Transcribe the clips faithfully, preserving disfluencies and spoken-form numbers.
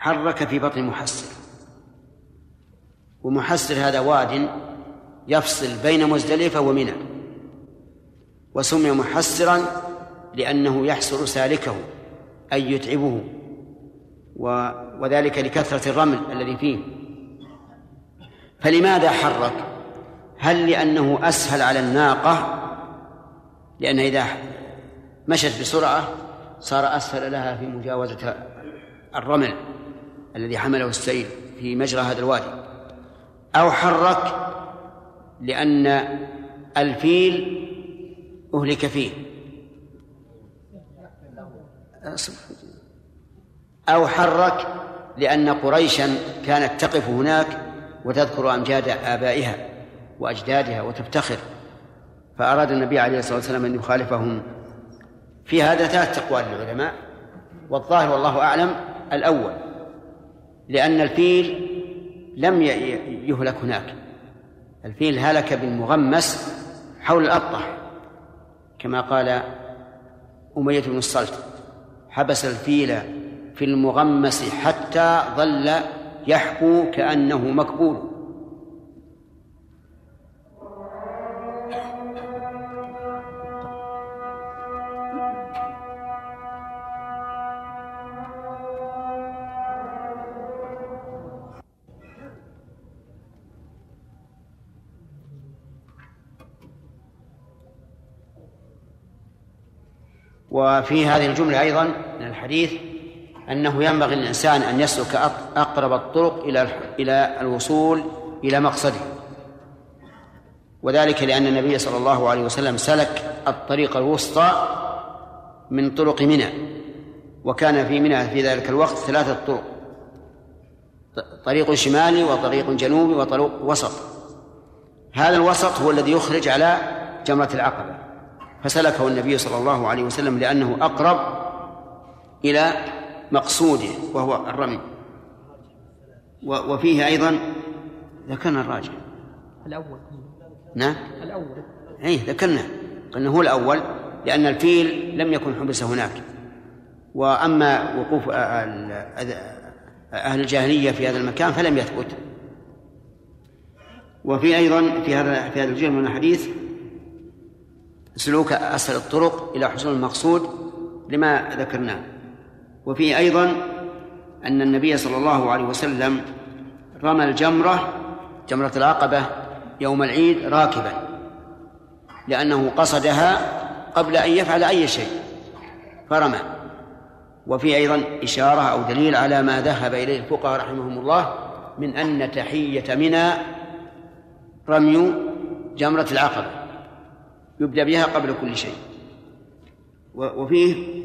حرك في بطن محسر، ومحسر هذا واد يفصل بين مزدلفة ومنى، وسمي محسرا لأنه يحسر سالكه أي يتعبه، وذلك لكثرة الرمل الذي فيه. فلماذا حرك؟ هل لأنه أسهل على الناقة، لأن إذا مشت بسرعة صار أسهل لها في مجاوزة الرمل الذي حمله السيل في مجرى هذا الوادي، أو حرك لأن الفيل أهلك فيه، أو حرك لأن قريشا كانت تقف هناك وتذكر أمجاد آبائها وأجدادها وتفتخر، فأراد النبي عليه الصلاة والسلام أن يخالفهم. في هذا ثلاث أقوال للعلماء، والظاهر والله أعلم الأول، لأن الفيل لم يهلك هناك، الفيل هلك بالمغمس حول الأبطح، كما قال أمية بن الصلت: حبس الفيل في المغمس حتى ظل يحكو كأنه مكبول. وفي هذه الجملة أيضا من الحديث أنه ينبغي للإنسان أن يسلك أقرب الطرق إلى إلى الوصول إلى مقصده، وذلك لأن النبي صلى الله عليه وسلم سلك الطريق الوسطى من طرق منى، وكان في منى في ذلك الوقت ثلاثة طرق: طريق شمالي وطريق جنوبي وطريق وسط. هذا الوسط هو الذي يخرج على جمرة العقبة، فسلكه النبي صلى الله عليه وسلم لأنه أقرب إلى مقصوده وهو الرمي. وفيه أيضا ذكرنا الراجع الأول. نعم الأول أي ذكرنا قلنا هو الأول، لأن الفيل لم يكن حبس هناك. وأما وقوف أهل الجاهلية في هذا المكان فلم يثبت. وفي أيضا في هذا في هذا الجزء من الحديث سلوك أسهل الطرق إلى حصول المقصود لما ذكرناه. وفي أيضا أن النبي صلى الله عليه وسلم رمى الجمرة جمرة العقبة يوم العيد راكبا، لأنه قصدها قبل أن يفعل أي شيء فرمى. وفي أيضا إشارة أو دليل على ما ذهب إليه الفقهاء رحمهم الله من أن تحية منى رمي جمرة العقبة يبدأ بها قبل كل شيء. وفيه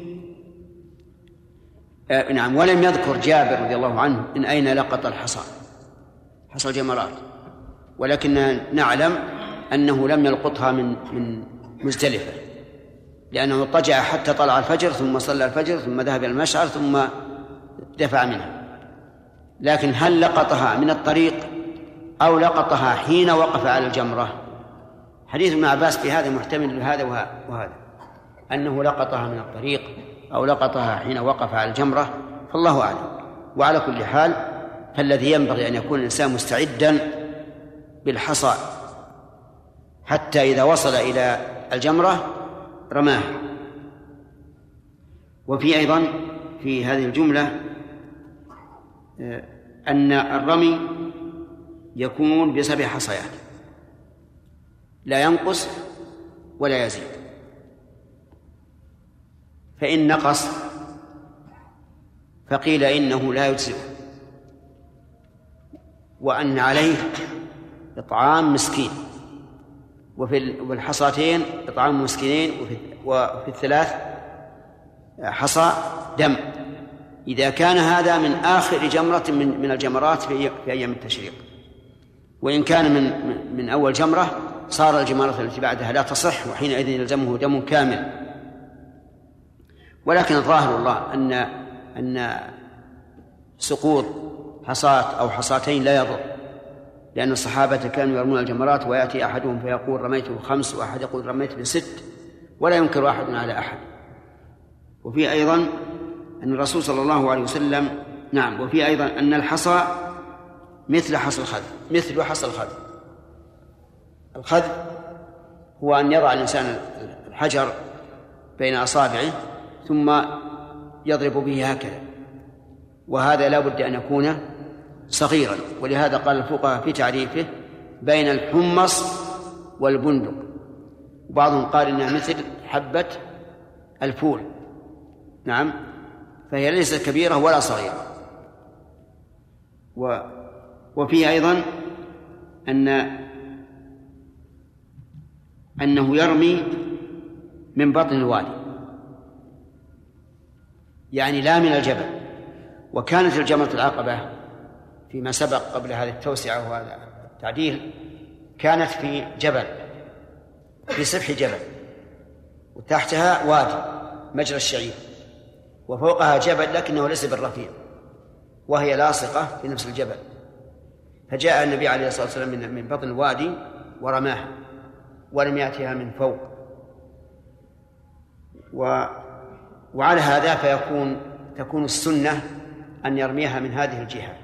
آه نعم ولم يذكر جابر رضي الله عنه من أين لقط الحصى حصى الجمرات، ولكن نعلم أنه لم يلقطها من من مزدلفة، لأنه اضطجع حتى طلع الفجر ثم صلى الفجر ثم ذهب إلى المشعر ثم دفع منها. لكن هل لقطها من الطريق أو لقطها حين وقف على الجمرة؟ حديث ابن عباس في هذا محتمل لهذا وهذا، أنه لقطها من الطريق أو لقطها حين وقف على الجمرة، فالله أعلم. وعلى كل حال فالذي ينبغي أن يكون الإنسان مستعدا بالحصى حتى إذا وصل إلى الجمرة رماه. وفي أيضا في هذه الجملة أن الرمي يكون بسبع حصيات لا ينقص ولا يزيد، فإن نقص فقيل إنه لا يجزئ، وأن عليه إطعام مسكين، وفي الحصاتين إطعام مسكينين، وفي الثلاث حصى دم، إذا كان هذا من آخر جمرة من الجمرات في أيام التشريق. وإن كان من من أول جمرة صار الجمرة التي بعدها لا تصح، وحينئذ يلزمه دم كامل. ولكن الظاهر الله أن أن سقوط حصاة أو حصاتين لا يضر، لأن الصحابة كانوا يرمون الجمرات ويأتي أحدهم فيقول رميت بخمس وأحد يقول رميت بست، ولا ينكر أحد على أحد. وفي أيضا أن الرسول صلى الله عليه وسلم نعم. وفي أيضا أن الحصى مثل حصى الخذف مثل حصى الخذف. الخذف هو أن يضع الإنسان الحجر بين أصابعه ثم يضرب به هكذا، وهذا لا بد أن يكون صغيرا، ولهذا قال الفقهاء في تعريفه بين الحمص والبندق، وبعضهم قال إنها مثل حبة الفول. نعم، فهي ليست كبيرة ولا صغيرة. و وفيه أيضا أن أنه يرمي من بطن الوادي، يعني لا من الجبل. وكانت الجمرة العقبة فيما سبق قبل هذه التوسعة وهذا التعديل كانت في جبل، في سفح جبل، وتحتها وادي مجرى الشعير، وفوقها جبل لكنه ليس بالرفيع، وهي لاصقة في نفس الجبل. فجاء النبي عليه الصلاة والسلام من بطن الوادي ورماها، ولم يأتها من فوق. و... وعلى هذا فيكون تكون السنة أن يرميها من هذه الجهة،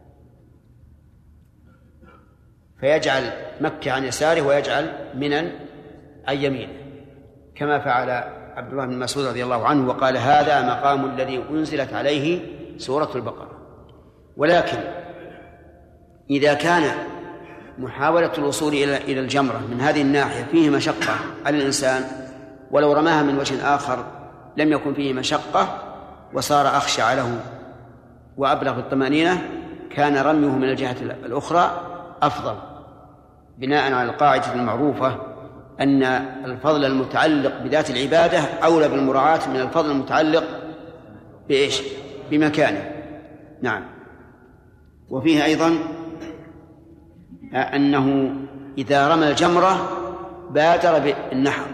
فيجعل مكة عن يساره ويجعل منى عن يمينه، كما فعل عبد الله بن مسعود رضي الله عنه وقال: هذا مقام الذي أنزلت عليه سورة البقرة. ولكن إذا كان محاولة الوصول إلى الجمرة من هذه الناحية فيه مشقة على الإنسان، ولو رماها من وجه آخر لم يكن فيه مشقة وصار أخشع له وأبلغ الطمأنينة، كان رميه من الجهة الأخرى أفضل، بناء على القاعدة المعروفة أن الفضل المتعلق بذات العبادة أولى بالمراعاة من الفضل المتعلق بإيش؟ بمكانه. نعم. وفيه أيضا أنه إذا رمى الجمرة بادر بالنحر،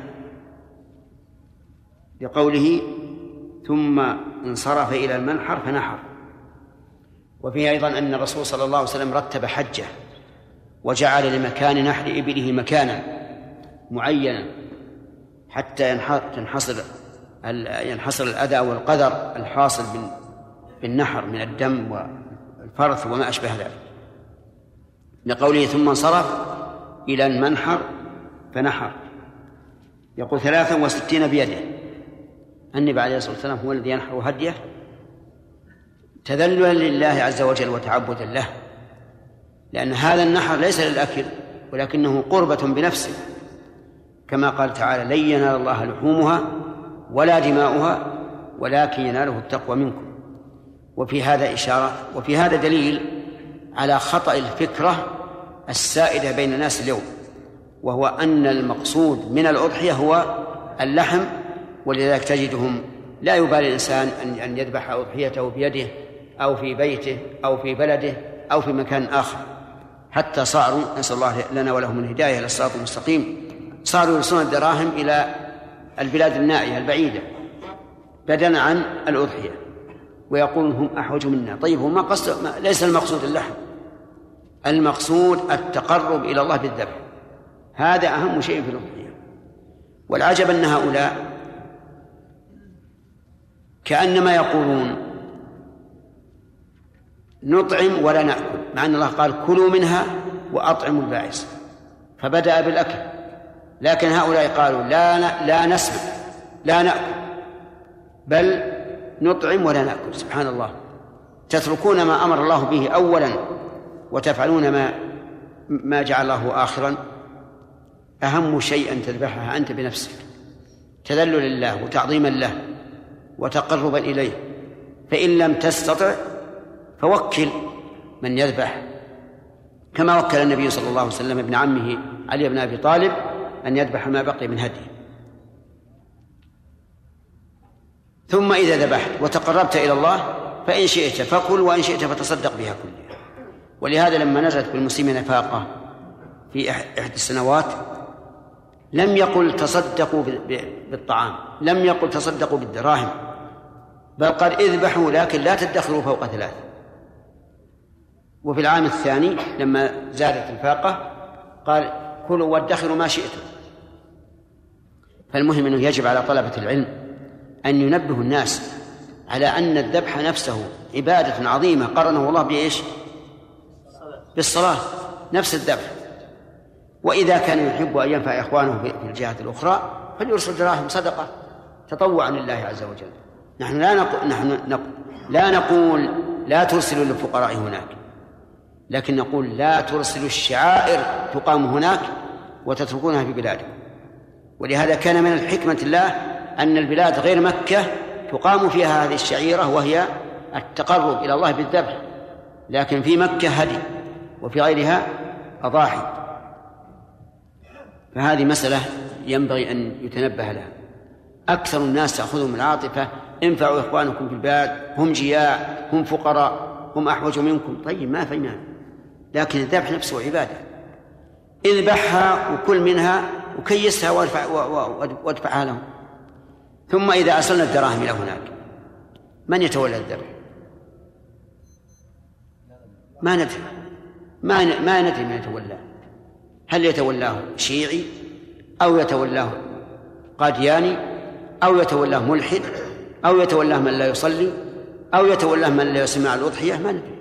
لقوله: ثم انصرف إلى المنحر فنحر. وفيه أيضا أن الرسول صلى الله عليه وسلم رتب حجه وجعل لمكان نحر إبله مكانا معينا حتى ينحصر ينحصر الأذى والقدر الحاصل بالنحر من الدم والفرث وما أشبه ذلك، لقوله: ثم انصرف إلى المنحر فنحر. يقول: ثلاثا وستين بيده. النبي عليه الصلاة والسلام هو الذي ينحر هديه تذللا لله عز وجل وتعبدا له، لأن هذا النحر ليس للأكل ولكنه قربة بنفسه، كما قال تعالى: لن ينال الله لحومها ولا دماؤها ولكن يناله التقوى منكم. وفي هذا إشارة وفي هذا دليل على خطأ الفكرة السائدة بين الناس اليوم، وهو أن المقصود من الأضحية هو اللحم، ولذلك تجدهم لا يبالي الإنسان أن يذبح أضحيته بيده أو في بيته أو في بلده أو في مكان آخر، حتى صاروا، نسأل الله لنا ولهم الهداية إلى الصراط المستقيم، صاروا يرسلون الدراهم إلى البلاد النائية البعيدة بدلا عن الأضحية، ويقولون هم أحوج منا. طيب، هم ما قصد ما ليس المقصود اللحم، المقصود التقرب إلى الله بالذبح، هذا أهم شيء في الأضحية. والعجب أن هؤلاء كأنما يقولون نطعم ولا نأكل، مع أن الله قال: كلوا منها وأطعموا البائس، فبدأ بالأكل. لكن هؤلاء قالوا لا لا نسمع لا نأكل، بل نطعم ولا نأكل. سبحان الله، تتركون ما أمر الله به أولا وتفعلون ما ما جعل الله آخرا. أهم شيء أن تذبحها أنت بنفسك تذللا لله وتعظيما له وتقربا إليه، فإن لم تستطع فوكل من يذبح، كما وكل النبي صلى الله عليه وسلم ابن عمه علي بن أبي طالب أن يذبح ما بقي من هديه. ثم إذا ذبحت وتقربت إلى الله فإن شئت فكل وإن شئت فتصدق بها كلها. ولهذا لما نزلت بالمسلمين فاقة في إحدى السنوات لم يقل تصدقوا بالطعام، لم يقل تصدقوا بالدراهم، بل قال اذبحوا لكن لا تدخروا فوق ثلاث. وفي العام الثاني لما زادت الفاقة قال كلوا وادخروا ما شئتم. فالمهم أنه يجب على طلبة العلم أن ينبهوا الناس على أن الذبح نفسه عبادة عظيمة قرنه الله بإيش؟ بالصلاة، نفس الذبح. وإذا كان يحب أن ينفع إخوانه في الجهة الأخرى فليرسل دراهم صدقة تطوعا لله عز وجل. نحن لا نقول, نحن نقول لا نقول لا ترسلوا للفقراء هناك، لكن نقول لا ترسلوا الشعائر تقام هناك وتتركونها في بلادكم. ولهذا كان من الحكمة الله أن البلاد غير مكة تقام فيها هذه الشعيرة وهي التقرب إلى الله بالذبح، لكن في مكة هدي وفي غيرها أضاحي. فهذه مسألة ينبغي أن يتنبه لها. أكثر الناس تأخذهم العاطفة، انفعوا إخوانكم في البلاد، هم جياع، هم فقراء، هم أحوج منكم. طيب ما في مانع، لكن الذبح نفسه عبادة. اذبحها وكل منها وكيسها وادفع وادفعها لهم. ثم إذا أرسلنا الدراهم إلى هناك من يتولى الذبح؟ ما ندري ما ما ندري من يتولاه. هل يتولاه شيعي أو يتولاه قادياني أو يتولاه ملحد أو يتولاه من لا يصلي أو يتولاه من لا يسمع الأضحية؟ ما ندري.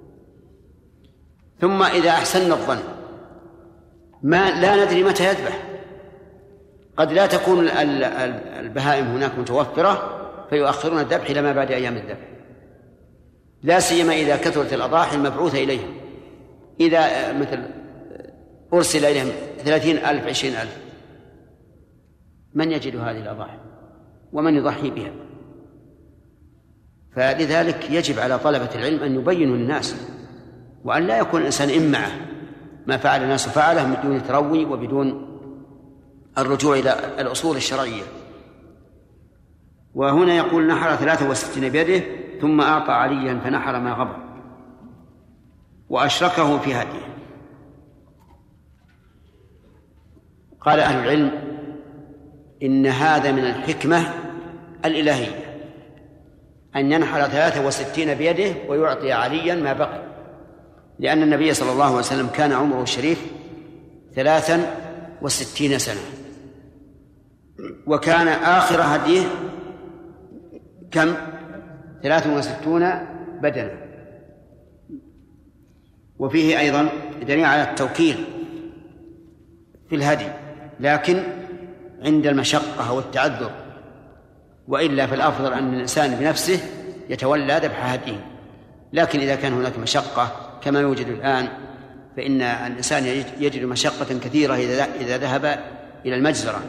ثم إذا أحسننا الظن ما لا ندري متى يذبح. قد لا تكون البهائم هناك متوفرة فيؤخرون الذبح إلى ما بعد أيام الذبح، لا سيما إذا كثرت الأضاحي المبعوثة إليهم. إذا مثل أرسل إليهم ثلاثين ألف عشرين ألف، من يجد هذه الأضاحي ومن يضحي بها؟ فلذلك يجب على طلبة العلم أن يبينوا للناس، وأن لا يكون الإنسان إمعة ما فعل الناس فعله من دون تروي وبدون الرجوع إلى الأصول الشرعية. وهنا يقول نحر ثلاثة وستين بيده ثم أعطى عليا فنحر ما غبر وأشركه في هديه. قال أهل العلم إن هذا من الحكمة الإلهية أن ينحر ثلاثة وستين بيده ويعطي عليا ما بقي، لأن النبي صلى الله عليه وسلم كان عمره الشريف ثلاثا وستين سنة، وكان آخر هديه كم؟ ثلاث وستون بدنا. وفيه أيضا دليل على التوكيل في الهدي، لكن عند المشقة والتعذر، وإلا فالأفضل أن الإنسان بنفسه يتولى ذبح هديه. لكن إذا كان هناك مشقة كما يوجد الآن فإن الإنسان يجد مشقة كثيرة إذا ذهب إلى المجزرة.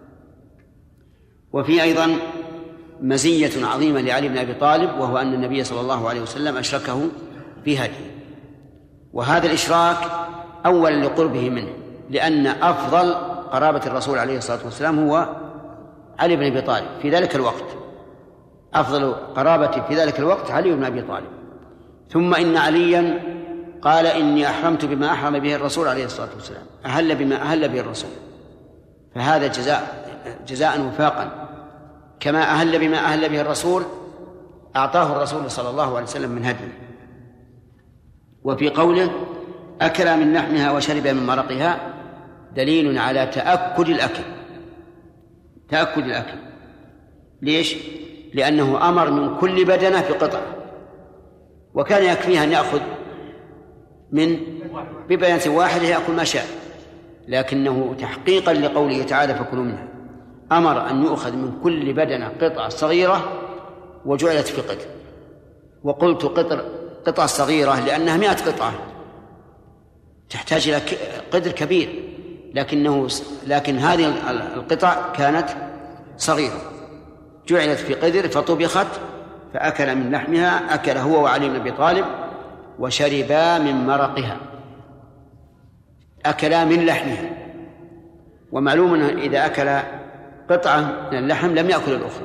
وفي أيضا مزية عظيمة لعلي بن أبي طالب، وهو أن النبي صلى الله عليه وسلم أشركه في هديه، وهذا الإشراك أولا لقربه منه، لأن أفضل قرابة الرسول عليه الصلاة والسلام هو علي بن أبي طالب في ذلك الوقت، أفضل قرابة في ذلك الوقت علي بن أبي طالب. ثم إن عليا قال إني أحرمت بما أحرم به الرسول عليه الصلاة والسلام، أهل بما أهل به الرسول، فهذا جزاء جزاء وفاقا، كما أهل بما أهل به الرسول أعطاه الرسول صلى الله عليه وسلم من هديه. وفي قوله أكل من لحمها وشرب من مرقها دليل على تأكد الأكل، تأكد الأكل. ليش؟ لأنه أمر من كل بدنة بقطعة، وكان يكفيه أن يأخذ من ببدنة واحدة يأكل ما شاء، لكنه تحقيقا لقوله تعالى فكلوا منها أمر أن يؤخذ من كل بدنة قطعة صغيرة وجعلت في قطر. وقلت قطر قطعة صغيرة لأنها مئة قطعة تحتاج إلى قدر كبير، لكنه لكن هذه القطع كانت صغيرة جعلت في قدر فطبخت فأكل من لحمها، أكل هو وعلي بن أبي طالب وشربا من مرقها، أكلا من لحمها. ومعلوم أنه إذا أكل قطعة من اللحم لم يأكل الأخرى،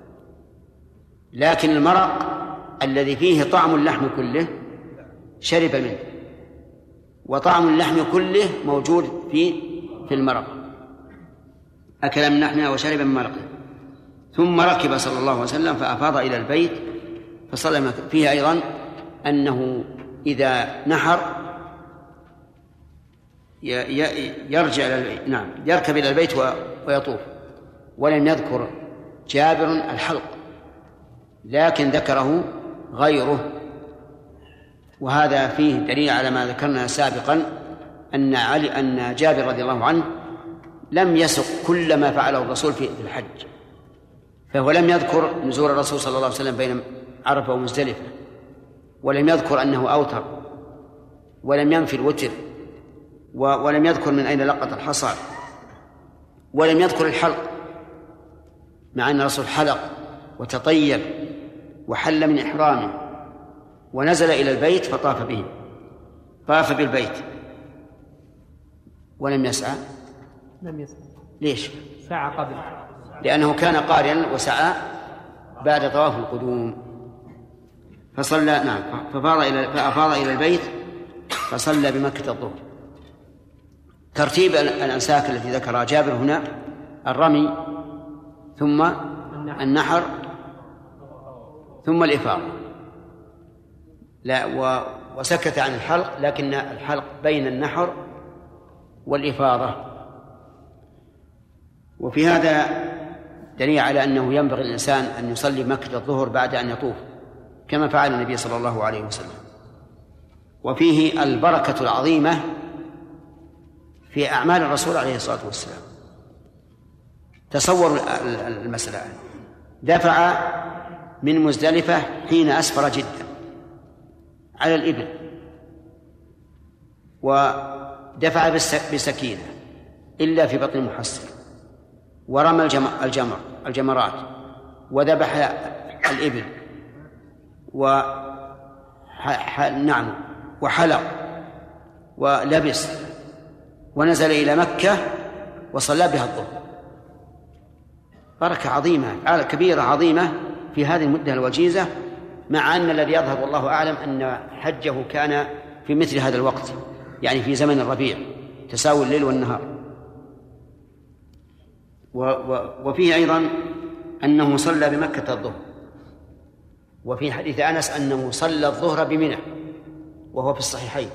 لكن المرق الذي فيه طعم اللحم كله شرب منه، وطعم اللحم كله موجود في في المرق، أكل من لحمها وشرب من مرقها. ثم ركب صلى الله عليه وسلم فأفاض إلى البيت فصلى فيه أيضا أنه إذا نحر يرجع إلى البيت، نعم يركب إلى البيت ويطوف. ولم يذكر جابر الحلق، لكن ذكره غيره. وهذا فيه دليل على ما ذكرنا سابقا أن علي أن جابر رضي الله عنه لم يسق كل ما فعله الرسول في الحج، فهو لم يذكر نزول الرسول صلى الله عليه وسلم بين عرفة ومزدلفة، ولم يذكر أنه أوتر، ولم ينفي الوتر، ولم يذكر من أين لقط الحصى، ولم يذكر الحلق، مع أن الرسول حلق وتطيب وحل من إحرامه ونزل إلى البيت فطاف به، طاف بالبيت ولم يسعى. لم يسعى. ليش؟ سعى قبل، لأنه كان قارئا وسعى بعد طواف القدوم. فصلى نعم ففاض إلى فأفاض إلى البيت فصلى بمكة الظهر. ترتيب الأنساك التي ذكرها جابر هنا: الرمي، ثم النحر، ثم الإفاضة. لا وسكت عن الحلق، لكن الحلق بين النحر والإفاضة. وفي هذا دليل على أنه ينبغي الإنسان أن يصلي مكة الظهر بعد أن يطوف كما فعل النبي صلى الله عليه وسلم. وفيه البركة العظيمة في أعمال الرسول عليه الصلاة والسلام. تصور المسألة: دفع من مزدلفة حين أسفر جدا على الإبل، ودفع بسكينة إلا في بطن محصر، ورمى الجمر الجمرات، وذبح الإبل، و نعم وحلق ولبس، ونزل إلى مكة وصلى بها الظهر. بركة عظيمة، فعالة كبيرة عظيمة في هذه المدة الوجيزة، مع أن الذي يظهر والله أعلم أن حجه كان في مثل هذا الوقت، يعني في زمن الربيع، تساوي الليل والنهار. وفيه أيضا أنه صلى بمكة الظهر. وفي حديث أنس أنه صلى الظهر بمنى، وهو في الصحيحين.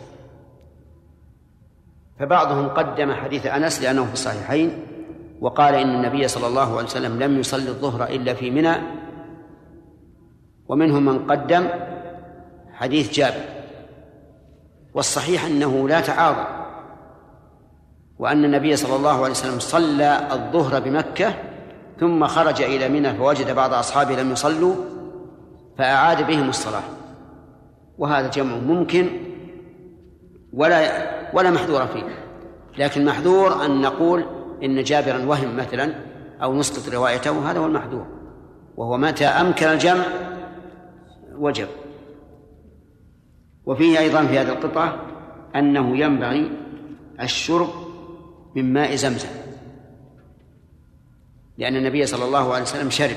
فبعضهم قدم حديث أنس لأنه في الصحيحين وقال إن النبي صلى الله عليه وسلم لم يصلي الظهر إلا في منى، ومنهم من قدم حديث جابر. والصحيح أنه لا تعارض، وأن النبي صلى الله عليه وسلم صلى الظهر بمكة ثم خرج إلى منى فوجد بعض أصحابه لم يصلوا فأعاد بهم الصلاة، وهذا جمع ممكن ولا ولا محذور فيه. لكن محذور أن نقول إن جابرا وهم مثلا أو نسقط روايته، هذا هو المحذور، وهو متى أمكن الجمع وجب. وفيه أيضا في هذه القطعة أنه ينبغي الشرب من ماء زمزم، لأن النبي صلى الله عليه وسلم شرب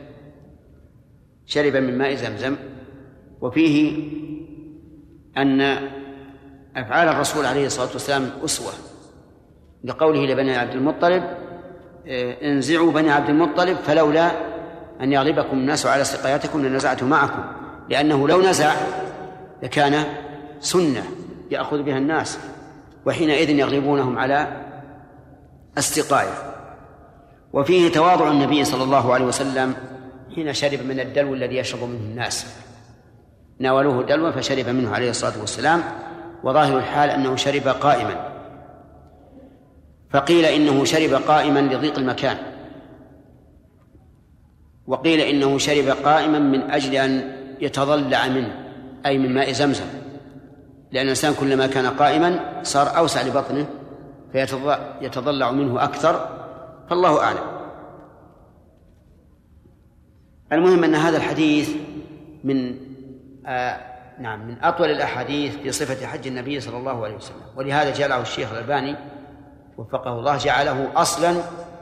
شرب من ماء زمزم. وفيه أن أفعال الرسول عليه الصلاة والسلام أسوة، لقوله لبني عبد المطلب: انزعوا بني عبد المطلب فلولا أن يغلبكم الناس على سقاياتكم لنزعته معكم، لأنه لو نزع لكان سنة يأخذ بها الناس، وحينئذ يغلبونهم على السقاية. وفيه تواضع النبي صلى الله عليه وسلم حين شرب من الدلو الذي يشرب منه الناس، ناولوه دلوا فشرب منه عليه الصلاة والسلام، وظاهر الحال أنه شرب قائما. فقيل إنه شرب قائما لضيق المكان، وقيل إنه شرب قائما من أجل أن يتضلع منه، أي من ماء زمزم، لأن الإنسان كلما كان قائما صار أوسع لبطنه فيتضلع منه أكثر، فالله أعلم. المهم أن هذا الحديث من آه نعم من أطول الأحاديث في صفة حج النبي صلى الله عليه وسلم، ولهذا جعله الشيخ الألباني وفقه الله جعله أصلا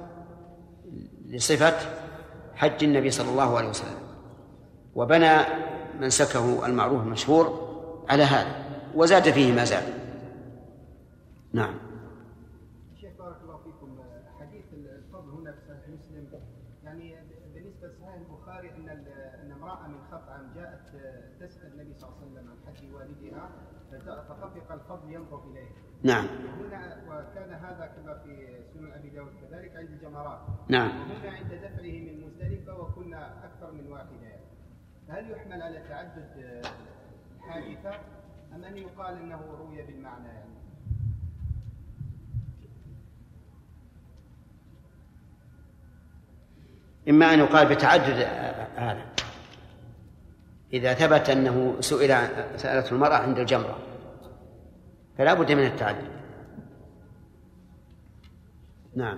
لصفة حج النبي صلى الله عليه وسلم، وبنى منسكه المعروف المشهور على هذا، وزاد فيه ما زاد. نعم. شيخ بارك الله فيكم، حديث الفضل هنا في صحيح مسلم، يعني بالنسبة لصحيح البخاري أن أن امرأة من خطعم جاءت تسأل النبي صلى الله عليه وسلم عن حج والدها فطفق الفضل ينظر إليه. نعم. هنا وكان هذا كما في سنن أبي داود كذلك عند الجمرات. نعم. وهنا عند دفعه من مزدلفة وكنا أكثر من واحدة. هل يحمل على تعدد حادثة أم أن يقال أنه روي بالمعنى يعني؟ إما أن يقال بتعدد هذا إذا ثبت أنه سئل سألته المرأة عند الجمرة فلا بد من التعدد. نعم.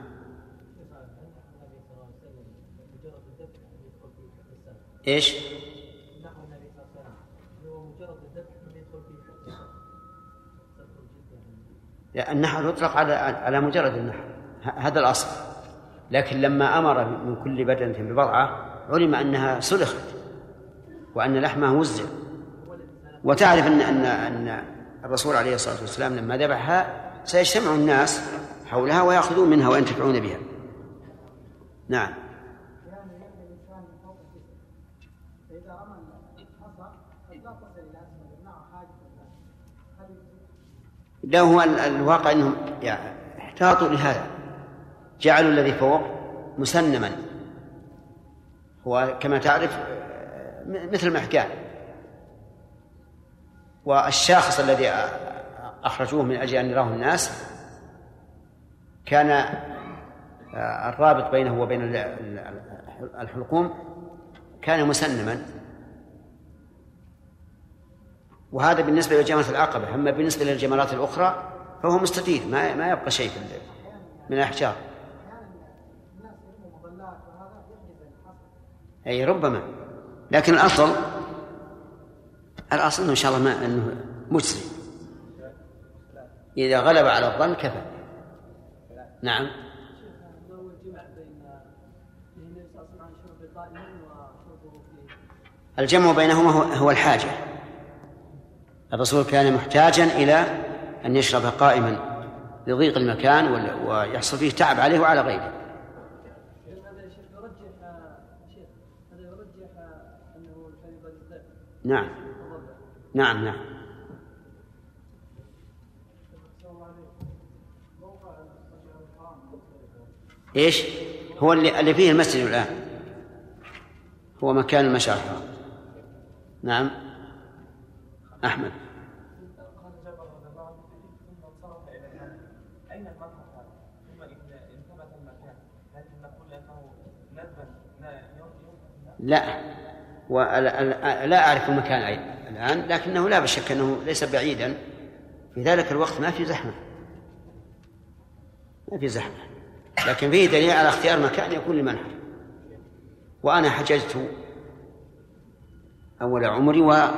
إيش؟ لا، النحر يطلق على على مجرد النحر، هذا الأصل، لكن لما أمر من كل بدنة ببضعة علم أنها سلخت وأن لحمها وزع. وتعرف أن أن أن الرسول عليه الصلاة والسلام لما ذبحها سيجتمع الناس حولها ويأخذون منها وينتفعون بها. نعم. لا، هو الواقع أنهم يعني احتاطوا لهذا، جعلوا الذي فوق مسنما، هو كما تعرف مثل محكان. والشاخص الذي أخرجوه من أجل أن يراه الناس كان الرابط بينه وبين الحلقوم كان مسنما، وهذا بالنسبة لجمرة العقبة. أما بالنسبة للجمرات الأخرى فهو مستدير، ما ما يبقى شيء من الأحجار. أي ربما، لكن الأصل الأصل إن شاء الله ما أنه مجزي، إذا غلب على الظن كفى. نعم. الجمع بينهما هو الحاجة. الرسول كان محتاجا إلى أن يشرب قائما لضيق المكان ويحصل فيه تعب عليه وعلى غيره. نعم نعم نعم. إيش هو اللي, اللي فيه المسجد الآن؟ هو مكان المشعر الحرام. نعم. أحمد. لا، لا أعرف المكان الآن، لكنه لا بشك أنه ليس بعيدا. في ذلك الوقت ما في زحمة، ما في زحمة، لكن فيه دليل على اختيار مكان يكون لمنحر. وأنا حججت أول عمري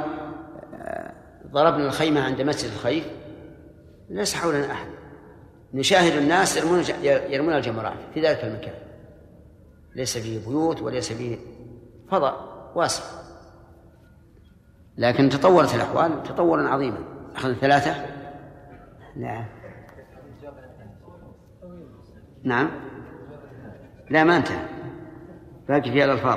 وضربنا الخيمة عند مسجد الخيف، ليس حولنا أحد، نشاهد الناس يرمون يرمون الجمرات في ذلك المكان، ليس فيه بيوت وليس فيه فضاء واسع، لكن تطورت الأحوال تطورا عظيما. أخذ ثلاثة. لا نعم، لا ما انتهى، باقي فيها الألفاظ.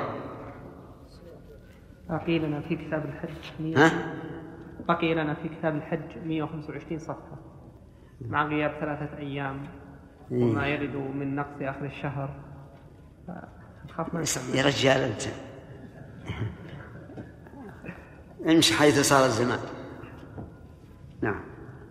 بقي لنا في كتاب الحج ها؟ بقي لنا في كتاب الحج مئة وخمسة وعشرين صفحة مع غياب ثلاثة أيام وما يرد من نقص آخر الشهر. يا رجال أنت امشي حيث صار الزمان. نعم.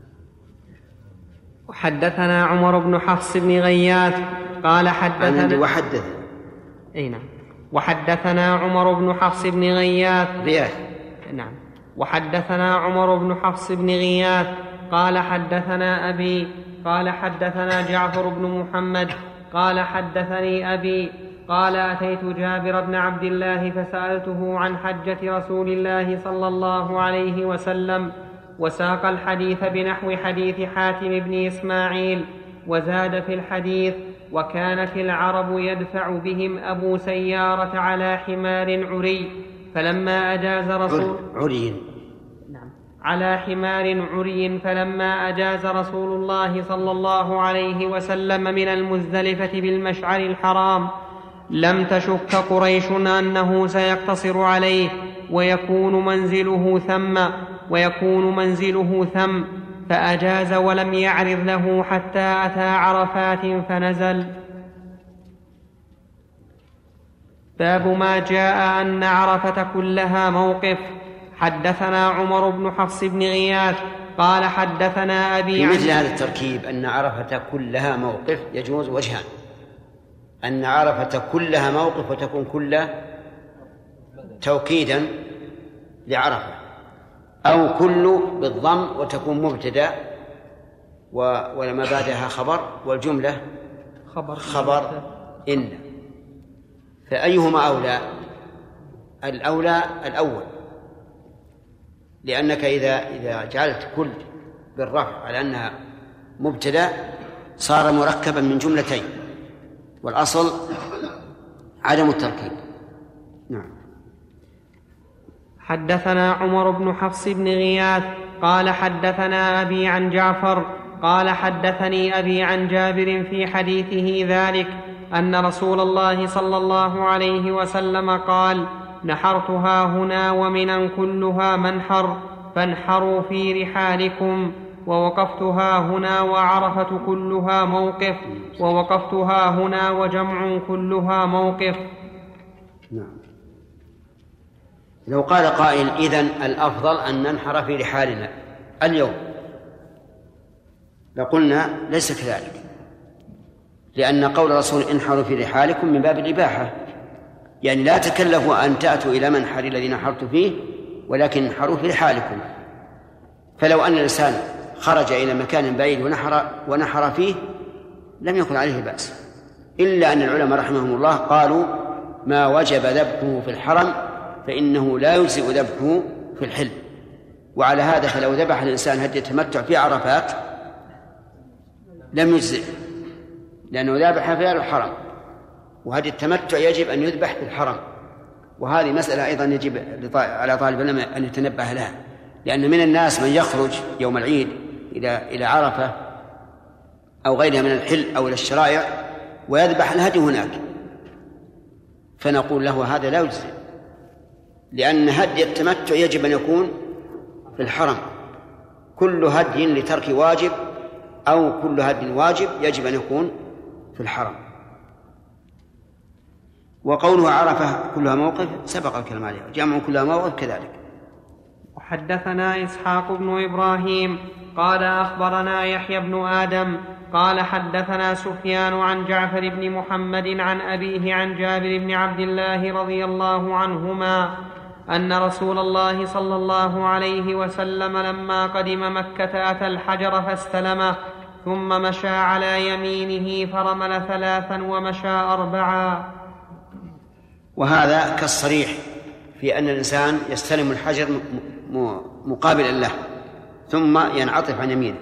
وحدثنا عمر بن حفص بن غياث قال حدثنا وحدث أي نعم وحدثنا عمر بن حفص بن غياث غياث نعم وحدثنا عمر بن حفص بن غياث قال حدثنا أبي قال حدثنا جعفر بن محمد قال حدثني أبي قال أتيت جابر بن عبد الله فسألته عن حجة رسول الله صلى الله عليه وسلم، وساق الحديث بنحو حديث حاتم بن إسماعيل، وزاد في الحديث: وكانت العرب يدفع بهم أبو سيارة على حمار عري، فلما أجاز رسول عري نعم على حمار عري فلما أجاز رسول الله صلى الله عليه وسلم من المزدلفة بالمشعر الحرام لم تشك قريش أنه سيقتصر عليه ويكون منزله ثم ويكون منزله ثم فأجاز ولم يعرض له حتى أتى عرفات فنزل. باب ما جاء أن عرفة كلها موقف. حدثنا عمر بن حفص بن غياث قال حدثنا أبي في عن مثل هذا التركيب أن عرفة كلها موقف يجوز وجهان: أن عرفة كلها موقف وتكون كلها توكيدا لعرفة، أو كل بالضم وتكون مبتدأ ولما بعدها خبر والجملة خبر, خبر إن. فأيهما أولى؟ الأولى الأول، لأنك إذا إذا جعلت كل بالرفع على أنها مبتدأ صار مركبا من جملتين، والأصل عدم التركيب. نعم. حدثنا عمر بن حفص بن غياث قال حدثنا أبي عن جعفر قال حدثني أبي عن جابر في حديثه ذلك أن رسول الله صلى الله عليه وسلم قال: نحرتها هنا ومنا كلها منحر فانحروا في رحالكم، ووقفتها هنا وعرفة كلها موقف، ووقفتها هنا وجمع كلها موقف. نعم. لو قال قائل: إذن الأفضل أن ننحر في رحالنا اليوم، لقلنا ليس كذلك، لأن قول الرسول انحروا في رحالكم من باب الإباحة، يعني لا تكلفوا أن تأتوا إلى منحر الذي نحرت فيه، ولكن انحروا في رحالكم. فلو أن الإنسان خرج إلى مكان بعيد ونحر, ونحر فيه لم يكن عليه بأس، إلا أن العلماء رحمهم الله قالوا: ما وجب ذبحه في الحرم فإنه لا يجزئ ذبحه في الحل. وعلى هذا فلو ذبح الإنسان هدي التمتع في عرفات لم يجزئ، لأنه ذبح في الحرم، وهدي التمتع يجب أن يذبح في الحرم. وهذه مسألة أيضا يجب على طالب العلم أن يتنبه لها، لأن من الناس من يخرج يوم العيد إلى إلى عرفة أو غيرها من الحل أو إلى الشرائع ويذبح الهدي هناك، فنقول له هذا لا يجزئ، لأن هدي التمتع يجب أن يكون في الحرم. كل هدي لترك واجب أو كل هدي واجب يجب أن يكون في الحرم. وقوله عرفة كلها موقف سبق الكلام عليه، جمع كلها موقف كذلك. وحدثنا إسحاق بن إبراهيم قال أخبرنا يحيى بن آدم قال حدثنا سفيان عن جعفر بن محمد عن أبيه عن جابر بن عبد الله رضي الله عنهما أن رسول الله صلى الله عليه وسلم لما قدم مكة أتى الحجر فاستلمه، ثم مشى على يمينه فرمل ثلاثا ومشى أربعا. وهذا كالصريح في أن الإنسان يستلم الحجر مقابلا له ثم ينعطف عن يمينه،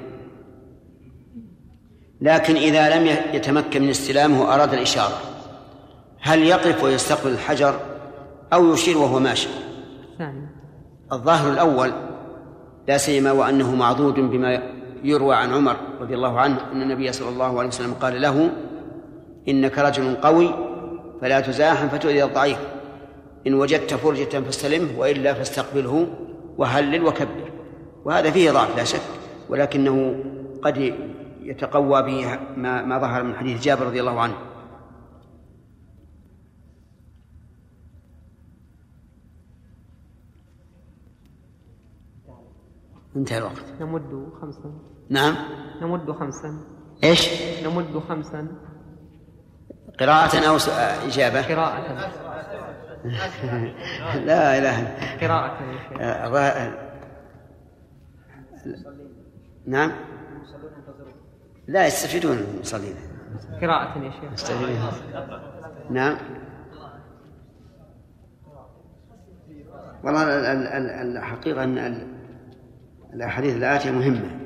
لكن إذا لم يتمكن من استلامه وأراد الإشارة، هل يقف ويستقبل الحجر أو يشير وهو ماشي؟ الظاهر الأول، لا سيما وأنه معضود بما يروى عن عمر رضي الله عنه أن النبي صلى الله عليه وسلم قال له: إنك رجل قوي فلا تزاحم فتؤذي الضعيف، إن وجدت فرجة فاستلمه وإلا فاستقبله وهلل وكبر. وهذا فيه ضعف لا شك، ولكنه قد يتقوى به ما, ما ظهر من حديث جابر رضي الله عنه. انتهى الوقت. نمد خمسا. نعم نمد خمسا. ايش؟ نمد خمسا. قراءة أو إجابة؟ قراءة. لا إله. قراءة. نعم. لا يستفيدون المصلين. قراءة يا شيخ. يستفيدون. نعم. والله الحقيقة أن الأحاديث الآتية مهمة.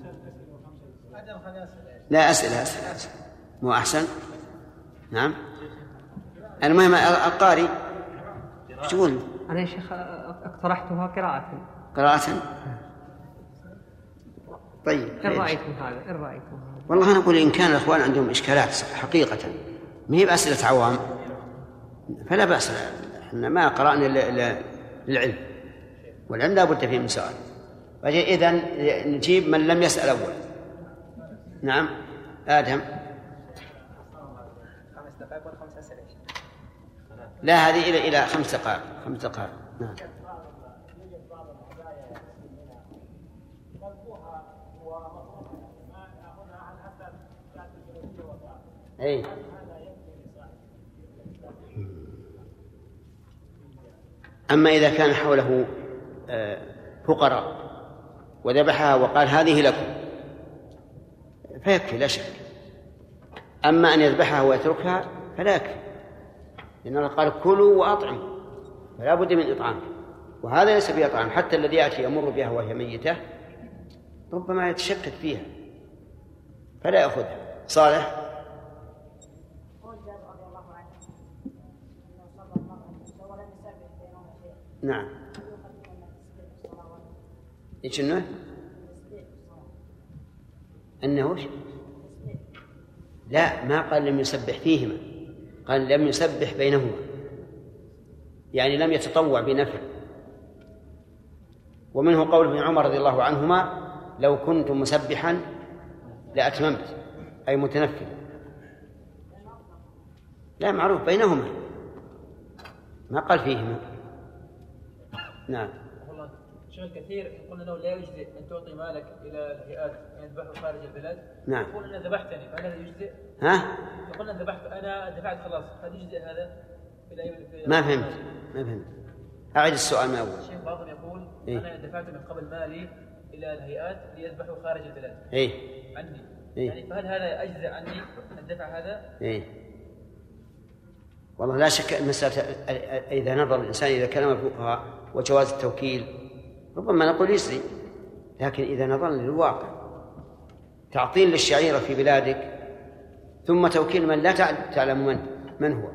لا أسئلة أسئلة, أسئلة. مو أحسن؟ نعم. المهم القارئ تقول. أنا يا شيخ اقترحتها قراءة. قراءة. طيب. إن رأيتم هذا إن رأيتم هذا. والله أنا أقول إن كان الأخوان عندهم إشكالات حقيقة ما هي بأسئلة عوام فلا بأس، إحنا ما قرأنا للعلم، والعلم لا بد فيه من سؤال. إذن نجيب من لم يسأل أول. نعم. آدم. خمس دقائق ولا خمس أسئلة؟ لا، هذه إلى إلى خمس دقائق خمس دقائق. نعم. أي. أما إذا كان حوله فقراء وذبحها وقال هذه لكم فيكفي لا شك. أما أن يذبحها ويتركها فلا يكفي، لأن الله قال كلوا وأطعموا، فلا بد من إطعام، وهذا ليس بإطعام. حتى الذي يأتي يمر بها وهي ميتة ربما يتشكك فيها فلا يأخذها. صالح. نعم. إيش إنه؟ أنه وش؟ لا، ما قال لم يسبح فيهما، قال لم يسبح بينهما، يعني لم يتطوع بنفل. ومنه قول ابن عمر رضي الله عنهما لو كنت مسبحا لأتممت، أي متنفل. لا، معروف بينهما، ما قال فيهما. نعم. شيء كثير يقول له لا يجزئ أن تعطي مالك إلى الهيئات يذبحوا خارج البلاد. نعم. يقول أنا ذبحتني فهذا يجزئ؟ ها؟ يقول أنا ذبحت أنا دفعت خلاص، هل يجزئ هذا؟ إلى ما فهمت ما فهمت أعد السؤال من أول. الشيخ بعضهم يقول إيه؟ أنا دفعت من قبل مالي إلى الهيئات ليذبحوا خارج البلاد. إيه؟ عني. إيه؟ يعني فهل هذا أجزئ عني الدفع هذا؟ إيه؟ والله لا شك المسألة إذا نظر الإنسان إذا كلام الفقهاء وجواز التوكيل ربما نقول يجزي، لكن إذا نظر للواقع تعطيل للشعيرة في بلادك ثم توكيل من لا تعلم من من هو.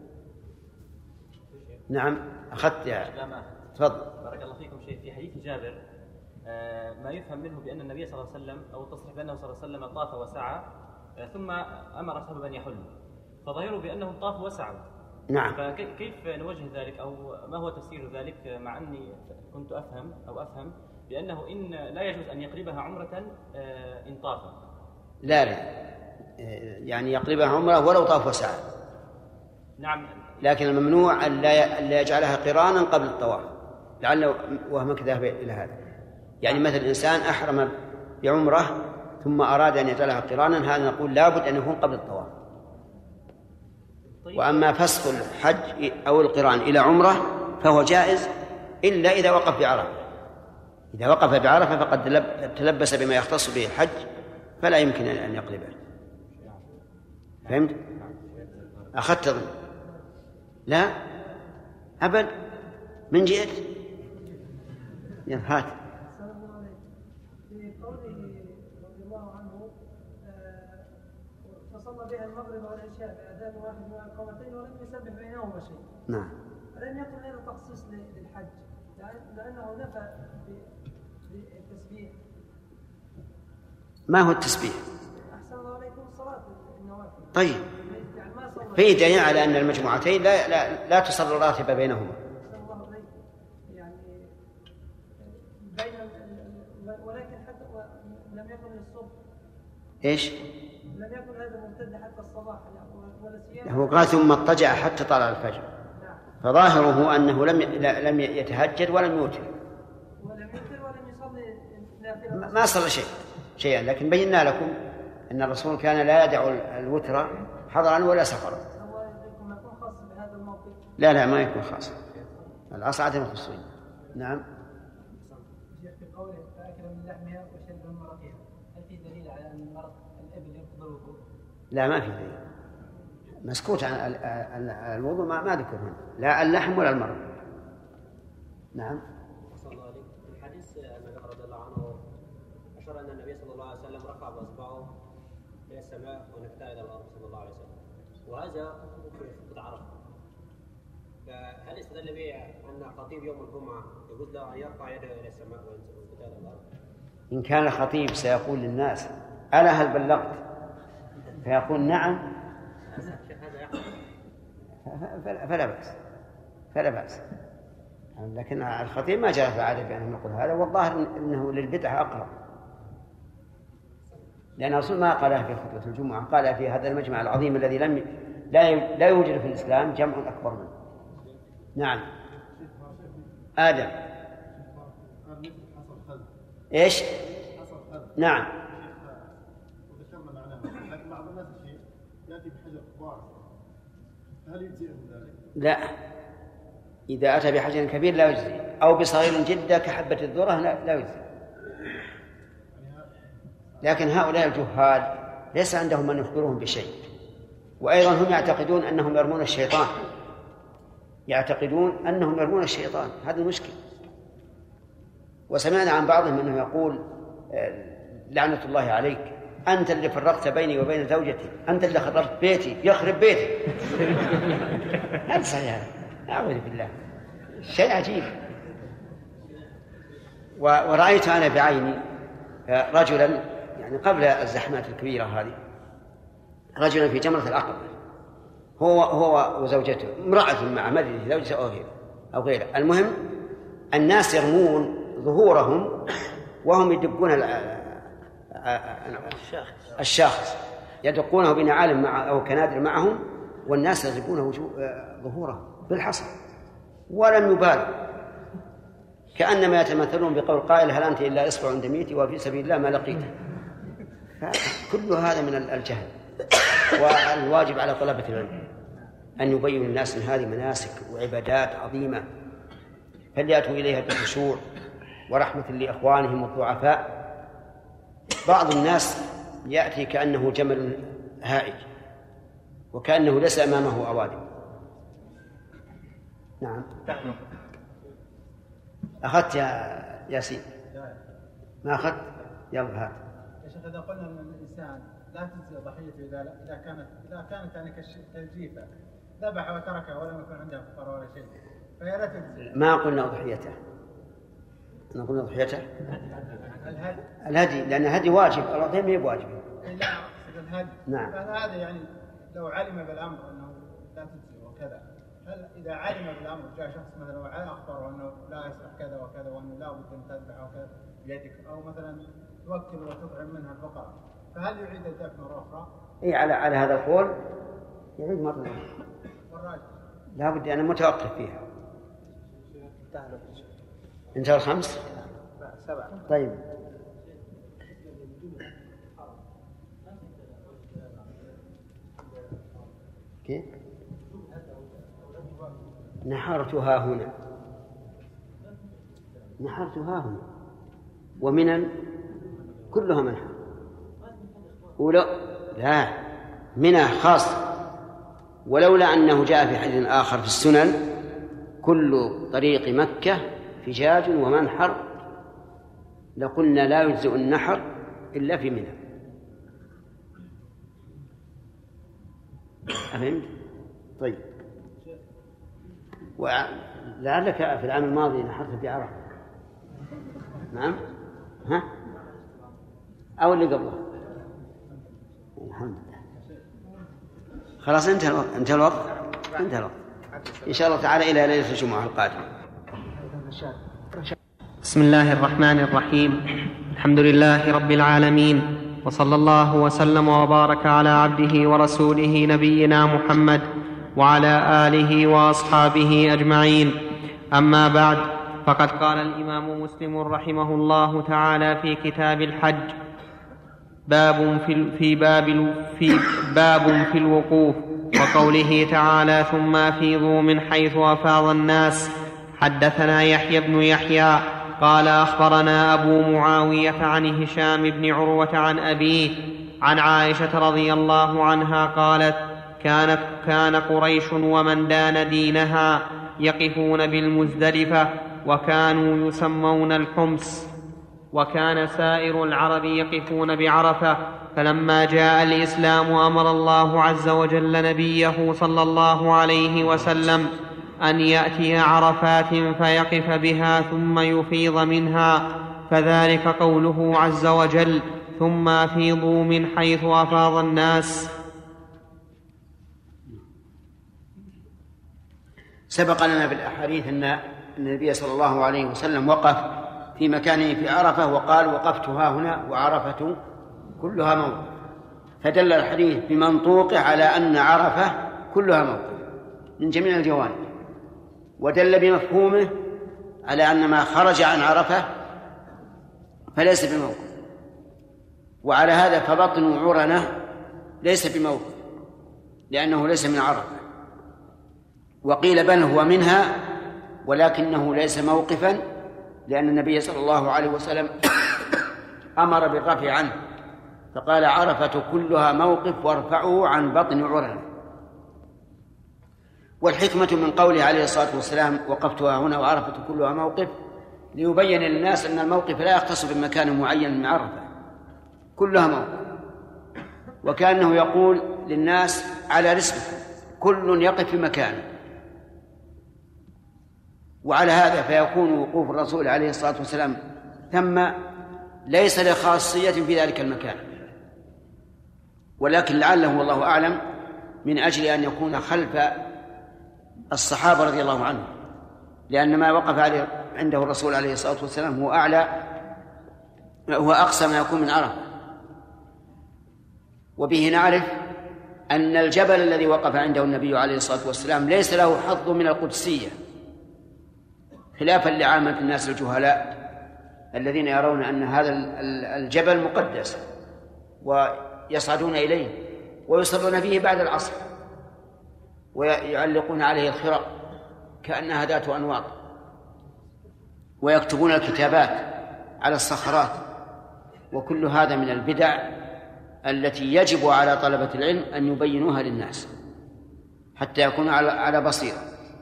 نعم. أخذت يا تفضل. بارك الله فيكم. شيء في حديث جابر آه ما يفهم منه بأن النبي صلى الله عليه وسلم أو التصريح بأنه صلى الله عليه وسلم طاف وسعى آه ثم أمر أصحابه أن يحلوا، فظاهره بأنهم طافوا وسعوا. نعم. فكيف نوجه ذلك أو ما هو تفسير ذلك، مع أني كنت أفهم أو أفهم بأنه إن لا يجوز أن يقلبها عمرة آه إن طاف. لا لا، يعني يقلبها عمرة ولو طاف وسعى. نعم. لكن الممنوع أن لا يجعلها قرانا قبل الطواف، لعله وهمك ذهب إلى هذا. يعني مثل إنسان أحرم بعمرة ثم أراد أن يجعلها قرانا، هذا نقول لابد أن يكون قبل الطواف. وأما فسخ الحج أو القران إلى عمرة فهو جائز إلا إذا وقف بعرفة. إذا وقف بعرفة فقد تلبس بما يختص به الحج فلا يمكن أن يقلبه. فهمت؟ أخذت ظن؟ لا أبد. من جئت يا هات. في قوله رضي الله عنه فصلى بها المغرب والعشاء بأذان واحد وإقامتين ولم يسبح بينهما شيء. نعم. فلم يكن هذا تخصيص للحج لأنه نفى بالتسبيح. ما هو التسبيح؟ أحسن الله عليكم الصلاة النوافل. طيب في دليل على أن المجموعتين لا لا, لا تصل راتبة بينهما. يعني بين ولكن حتى لم يكن للصبح. إيش؟ لم يكن هذا ممتد حتى الصباح ولا سيما. هو قال ثم اضطجع حتى طلع الفجر. نعم. فظاهره أنه لم لم يتهجد ولم يوتر. ولم يوتر ولم يصلي نافلة. ما صلى شيء شيئا، لكن بينا لكم أن الرسول كان لا يدع الوتر حضرا ولا سفرا. الله يكون خاص بهذا الموقف. لا لا ما يكون خاص. الأصل عدم الخصوصية. نعم. في قوله فأكل من لحمها وشرب من مرقها، هل في دليل على أن مرق الإبل ينقض الوضوء؟ لا ما في دليل. مسكوت عن الوضوء ما ما ذكر هنا، لا اللحم ولا المرق. نعم. صلى الله عليه وسلم. الحديث أن رضي الله عنه أشار أن النبي صلى الله عليه وسلم رفع بأصبعه إلى السماء ونكتة إلى الأرض صلى الله عليه وسلم، وهذا قد عرفه. فهل استدل به أن خطيب يوم الجمعة يجوز له أن يرفع يده إلى السماء ونكتة إلى الأرض؟ إن كان الخطيب سيقول للناس ألا هل بلغت؟ فيقول نعم فلا بأس فلا بأس. لكن الخطيب ما جرت العادة بأن نقول هذا، والظاهر أنه للبدعة أقرب، لأن الرسول ما قالها في خطبة الجمعة، قالها في هذا المجمع العظيم الذي لم لا لا يوجد في الإسلام جمع أكبر منه. نعم. آدم إيش؟ نعم. وذكرنا معناه، لكن بعض الناس الشيء يأتي بحجر كبار، هل يجزئ ذلك؟ لا، إذا أتى بحجر كبير لا يجزي، أو بصغير جدا كحبة الذرة لا, لا يجزي. لكن هؤلاء الجهال ليس عندهم من يخبرهم بشيء، وأيضا هم يعتقدون أنهم يرمون الشيطان، يعتقدون أنهم يرمون الشيطان، هذا المشكل. وسمعنا عن بعضهم أنه يقول لعنة الله عليك، أنت اللي فرقت بيني وبين زوجتي، أنت اللي خربت بيتي، يخرب بيتي. هذا صحيح، أعوذ بالله، شيء عجيب. ورأيت أنا بعيني رجلا، يعني قبل الزحمات الكبيرة هذه، رجلا في جمرة العقبة، هو هو وزوجته، امرأة مع مدري زوجته أو غيره أو غيره، المهم الناس يرمون ظهورهم وهم يدقون الشاخص، يدقونه بنعال مع أو كنادر معهم، والناس يضربون ظهوره بالحصى ولم يبالوا، كأنما يتمثلون بقول قائل هل أنت إلا إصبع عند ميتي وفي سبيل الله ما لقيته. كل هذا من الجهل، والواجب على طلبة العلم أن يبين الناس أن هذه مناسك وعبادات عظيمة فليأتوا إليها بخشوع ورحمة لإخوانهم الضعفاء. بعض الناس يأتي كأنه جمل هائج وكأنه ليس أمامه أوادم. نعم. أخذت يا ياسين؟ ما أخذت؟ يلا هات. يا شيخ إذا قلنا أن الإنسان لا تجزي ضحيته إذا إذا كانت إذا كانت يعني كالجيفة ذبح وتركه ولم يكن عنده فقر ولا شيء فهي لا تجزي. ما قلنا ضحيته، ما قلنا ضحيته. الهدي. الهدي لأن الهدي واجب، الأضحية ما هي بواجب. لا الهدي. نعم. فهذا يعني لو علم بالأمر أنه لا تجزي وكذا، هل إذا علم بالأمر جاء شخص مثلا وعلى أخبره أنه لا يصح كذا وكذا وأنه لا بد أن تذبح وكذا بيدك، أو مثلا توكل وتطعم منها الفقراء، فهل يعيد الذبح مرة أخرى؟ إيه على على هذا القول يعيد مرة أخرى. والراجح لا بد أنا متوقف فيها. انتهى الخمس؟ سبعة. طيب. كيف؟ نحرتها هنا، نحرتها هنا، ومن كلها منحر، ولا لا منها خاصة، ولولا أنه جاء في حديث آخر في السنن كل طريق مكة فجاج ومنحر لقلنا لا يجزئ النحر إلا في منى. أفهمت؟ طيب. ولعلك في العام الماضي نحرت في عرفة. نعم. ها؟ أو اللي قبله. الحمد لله. خلاص انتهى الوقت. انتهى الوقت. انتهى الوقت. إن شاء الله تعالى إلى ليلة الجمعة القادمة. بسم الله الرحمن الرحيم. الحمد لله رب العالمين، وصلى الله وسلم وبارك على عبده ورسوله نبينا محمد وعلى آله وأصحابه أجمعين. أما بعد، فقد قال الإمام مسلم رحمه الله تعالى في كتاب الحج: باب في في باب في باب في الوقوف، وقوله تعالى: ثم أفيضوا من حيث أفاض الناس. حدثنا يحيى بن يحيى قال أخبرنا أبو معاوية عن هشام بن عروة عن أبيه عن عائشة رضي الله عنها قالت: كانت كان قريش ومن دان دينها يقفون بالمزدلفة، وكانوا يسمون الحمص، وكان سائر العرب يقفون بعرفة. فلما جاء الإسلام أمر الله عز وجل نبيه صلى الله عليه وسلم أن يأتي عرفات فيقف بها ثم يفيض منها، فذلك قوله عز وجل: ثم أفيضوا من حيث أفاض الناس. سبق لنا في الأحاديث أن النبي صلى الله عليه وسلم وقف في مكانه في عرفة وقال: وقفت ها هنا وعرفة كلها موقف، فدل الحديث بمنطوقه على أن عرفة كلها موقف من جميع الجوانب، ودل بمفهومه على أن ما خرج عن عرفة فليس بموقف، وعلى هذا فبطن عرنة ليس بموقف لأنه ليس من عرفة. وقيل بل هو منها ولكنه ليس موقفا لأن النبي صلى الله عليه وسلم أمر بالرفع عنه فقال عرفة كلها موقف وارفعوا عن بطن عرنة. والحكمة من قوله عليه الصلاة والسلام وقفتها هنا وعرفة كلها موقف ليبين للناس أن الموقف لا يختص بمكان معين من عرفة، كلها موقف، وكأنه يقول للناس على رزقكم كل يقف في مكانه. وعلى هذا فيكون وقوف الرسول عليه الصلاة والسلام ثم ليس لخاصية في ذلك المكان، ولكن لعله والله أعلم من أجل أن يكون خلف الصحابة رضي الله عنهم، لأن ما وقف عليه عنده الرسول عليه الصلاة والسلام هو أعلى هو أقصى ما يكون من عرفة. وبه نعرف أن الجبل الذي وقف عنده النبي عليه الصلاة والسلام ليس له حظ من القدسية، خلافا لعامة الناس الجهلاء الذين يرون أن هذا الجبل مقدس ويصعدون إليه ويصلون فيه بعد العصر ويعلقون عليه الخرق كأنها ذات أنواط ويكتبون الكتابات على الصخرات، وكل هذا من البدع التي يجب على طلبة العلم أن يبينوها للناس حتى يكونوا على بصيرة.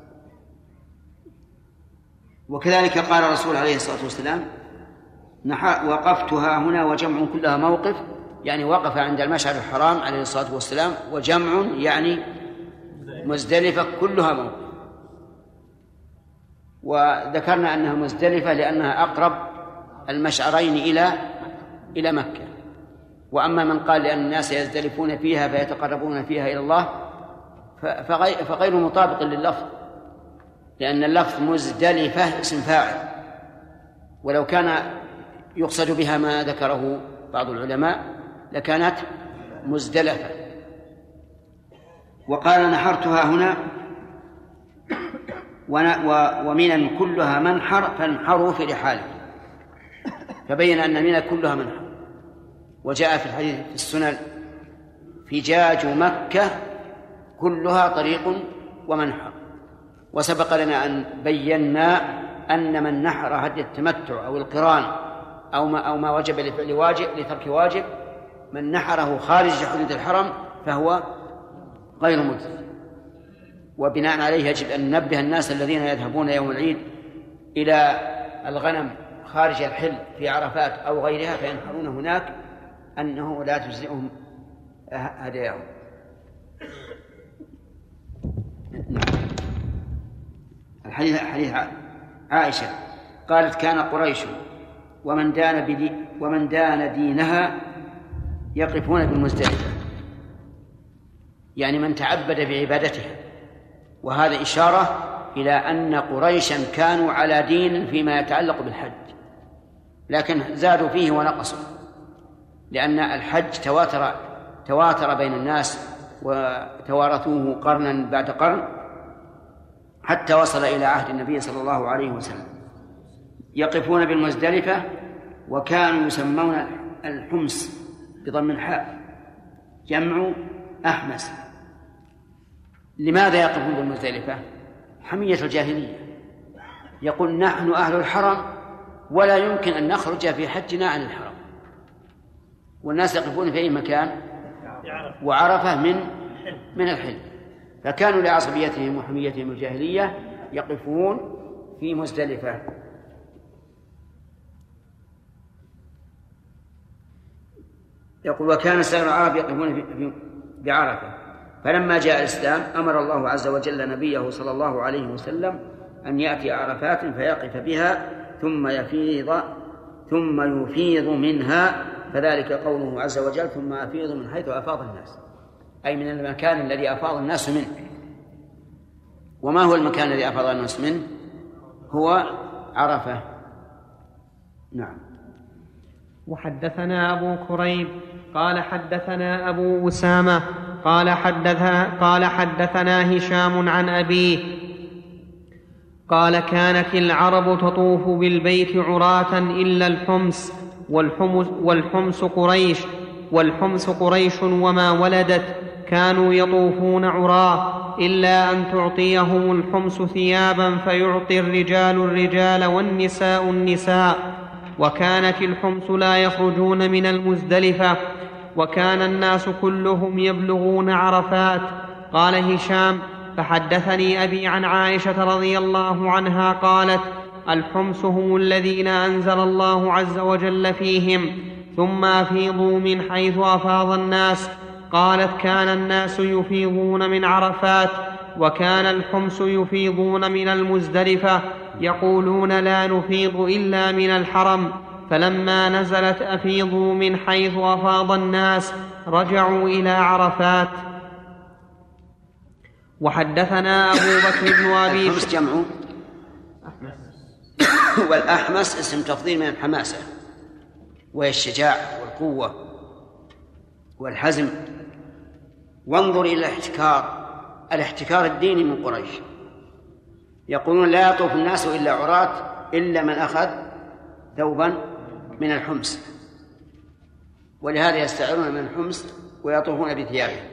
وكذلك قال الرسول عليه الصلاة والسلام وقفتها هنا وجمع كلها موقف، يعني وقف عند المشعر الحرام عليه الصلاة والسلام، وجمع يعني مزدلفة كلها موقف. وذكرنا أنها مزدلفة لأنها أقرب المشعرين إلى إلى مكة. وأما من قال لأن الناس يزدلفون فيها فيتقربون فيها إلى الله فغير مطابق لللفظ، لأن اللفظ مزدلفة اسم فاعل، ولو كان يقصد بها ما ذكره بعض العلماء لكانت مزدلفة. وقال نحرتها هنا ومنا كلها منحر فانحروا في رحاله، فبين أن منا كلها منحر. وجاء في الحديث في السنن فجاج مكة كلها طريق ومنحر. وسبق لنا أن بينا أن من نحر هدي التمتع أو القران أو ما, أو ما وجب لفعل واجب لترك واجب، من نحره خارج حدود الحرم فهو غير مجزي. وبناء عليه يجب أن ننبه الناس الذين يذهبون يوم العيد إلى الغنم خارج الحل في عرفات أو غيرها فينحرون هناك أنه لا تجزئهم هداياهم. الحديث حديث عائشة قالت كان قريش ومن دان بدي ومن دان دينها يقفون بالمزدلفة، يعني من تعبد بعبادتها. وهذا إشارة إلى أن قريشا كانوا على دين فيما يتعلق بالحج، لكن زادوا فيه ونقصوا، لأن الحج تواتر تواتر بين الناس وتوارثوه قرنا بعد قرن حتى وصل إلى عهد النبي صلى الله عليه وسلم. يقفون بالمزدلفة وكانوا يسمون الحمص بضم الحاء جمع أحمس. لماذا يقفون بالمزدلفة؟ حمية الجاهلية، يقول نحن أهل الحرم ولا يمكن أن نخرج في حجنا عن الحرم، والناس يقفون في أي مكان وعرفة من من الحل، فكانوا لعصبيتهم وحميتهم الجاهلية يقفون في مزدلفة. يقول وكان سائر العرب يقفون بعرفة، فلما جاء الإسلام أمر الله عز وجل نبيه صلى الله عليه وسلم أن يأتي عرفات فيقف بها ثم يفيض ثم يفيض منها، فذلك قوله عز وجل ثم أفيض من حيث أفاض الناس، أي من المكان الذي أفاض الناس منه. وما هو المكان الذي أفاض الناس منه؟ هو عرفة. نعم. وحدثنا أبو كريب قال حدثنا أبو أسامة قال حدثنا, قال حدثنا هشام عن أبيه قال كانت العرب تطوف بالبيت عراة إلا الحمس والحمس, والحمس قريش والحمس قريش وما ولدت كانوا يطوفون عراة إلا أن تعطيهم الحمس ثيابا فيعطي الرجال الرجال والنساء النساء. وكانت الحمس لا يخرجون من المزدلفة، وكان الناس كلهم يبلغون عرفات. قال هشام: فحدثني أبي عن عائشة رضي الله عنها قالت: الحمس هم الذين أنزل الله عز وجل فيهم، ثم أفيضوا من حيث أفاض الناس. قالت: كان الناس يفيضون من عرفات، وكان الحمس يفيضون من المزدلفة، يقولون لا نفيض إلا من الحرم. فلما نزلت أفيضوا من حيث أفاض الناس رجعوا إلى عرفات. وحدثنا أبو بكر بن أبي الحمس جمع والأحمس اسم تفضيل من الحماسة، وهي الشجاعة والقوة والحزم. وانظر إلى الاحتكار الاحتكار الديني من قريش، يقولون لا يطوف الناس إلا عراة إلا من أخذ ثوبا من الحمس، ولهذا يستعيرون من الحمس ويطوفون بثيابهم.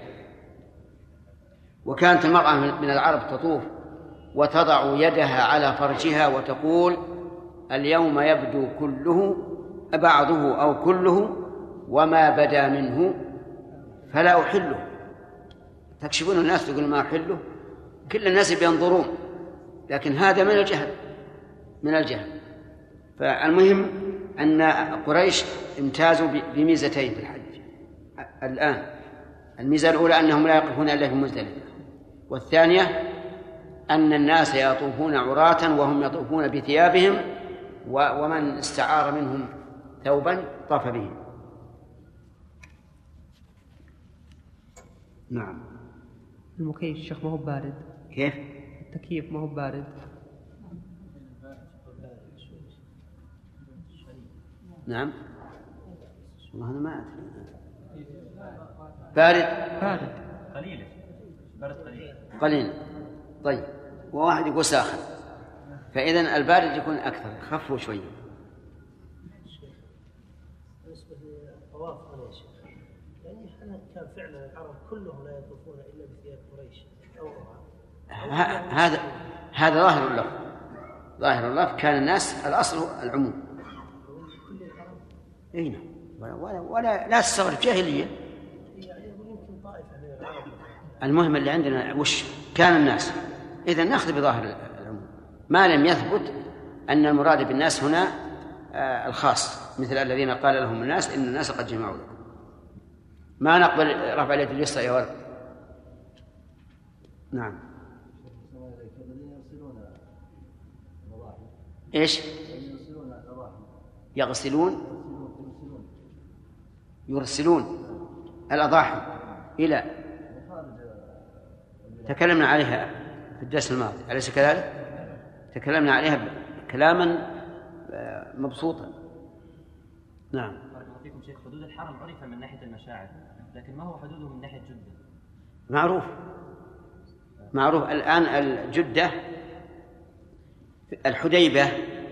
وكانت المرأة من العرب تطوف وتضع يدها على فرجها وتقول: اليوم يبدو كله بعضه أو كله، وما بدا منه فلا أحله. تكشفون الناس تقول ما أحله، كل الناس بينظرون، لكن هذا من الجهل من الجهل. فالمهم أن قريش امتازوا بميزتين في الحج الآن. الميزة الأولى أنهم لا يقفون إلا في مزدلفة، والثانية أن الناس يطوفون عراة وهم يطوفون بثيابهم، ومن استعار منهم ثوبا طاف به. نعم. المكيف الشيخ ما هو بارد؟ كيف؟ التكييف ما هو بارد؟ نعم. والله أنا ما أدري. بارد؟ بارد قليل. بارد قليل. قليل. طيب. وواحد يقول ساخن، فإذن البارد يكون أكثر، خفوا شوية. بالنسبة للطواف أنا يا شيخ، يعني احنا كان فعلا العرب كلهم لا يطوفون إلا بثياب قريش أو هذا هذا ظاهر اللفظ ظاهر اللفظ كان الناس الأصل العموم. أين ولا ولا, ولا لا تستغرب جاهلية. المهم اللي عندنا وش كان الناس، إذا نأخذ بظاهر العموم ما لم يثبت أن المراد بالناس هنا آه الخاص، مثل الذين قال لهم الناس إن الناس قد جمعوا لكم. ما نقبل رفع اليد اليسرى يا ولد. نعم. إيش يغسلون يرسلون الأضاحي إلى تكلمنا عليها في الدرس الماضي أليس كذلك؟ تكلمنا عليها كلاما مبسوطا. نعم. بارك الله فيكم شيخ. حدود الحرم عرف من ناحية المشاعر، لكن ما هو حدوده من ناحية جدة؟ معروف معروف الآن الجدة الحديبة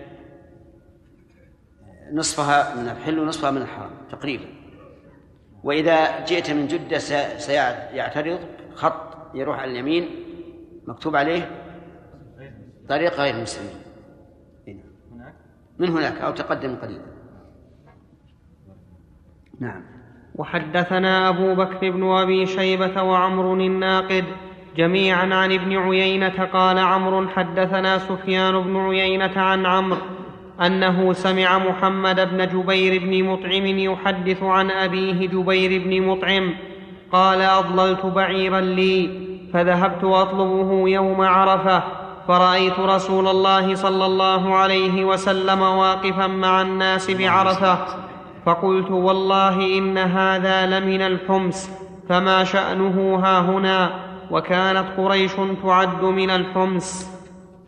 نصفها من الحل ونصفها من الحرم تقريبا. وإذا جئت من جدة سيعترض خط يروح على اليمين مكتوب عليه طريق غير مسلمين من هناك أو تقدم قليلا. نعم. وحدثنا أبو بكر بن أبي شيبة وعمر الناقد جميعا عن ابن عيينة قال عمرو حدثنا سفيان بن عيينة عن عمرو أنه سمع محمد بن جبير بن مطعم يحدث عن أبيه جبير بن مطعم قال أضللت بعيرا لي فذهبت أطلبه يوم عرفة فرأيت رسول الله صلى الله عليه وسلم واقفا مع الناس بعرفة فقلت والله إن هذا لمن الحمس فما شأنه هاهنا وكانت قريش تعد من الحمس.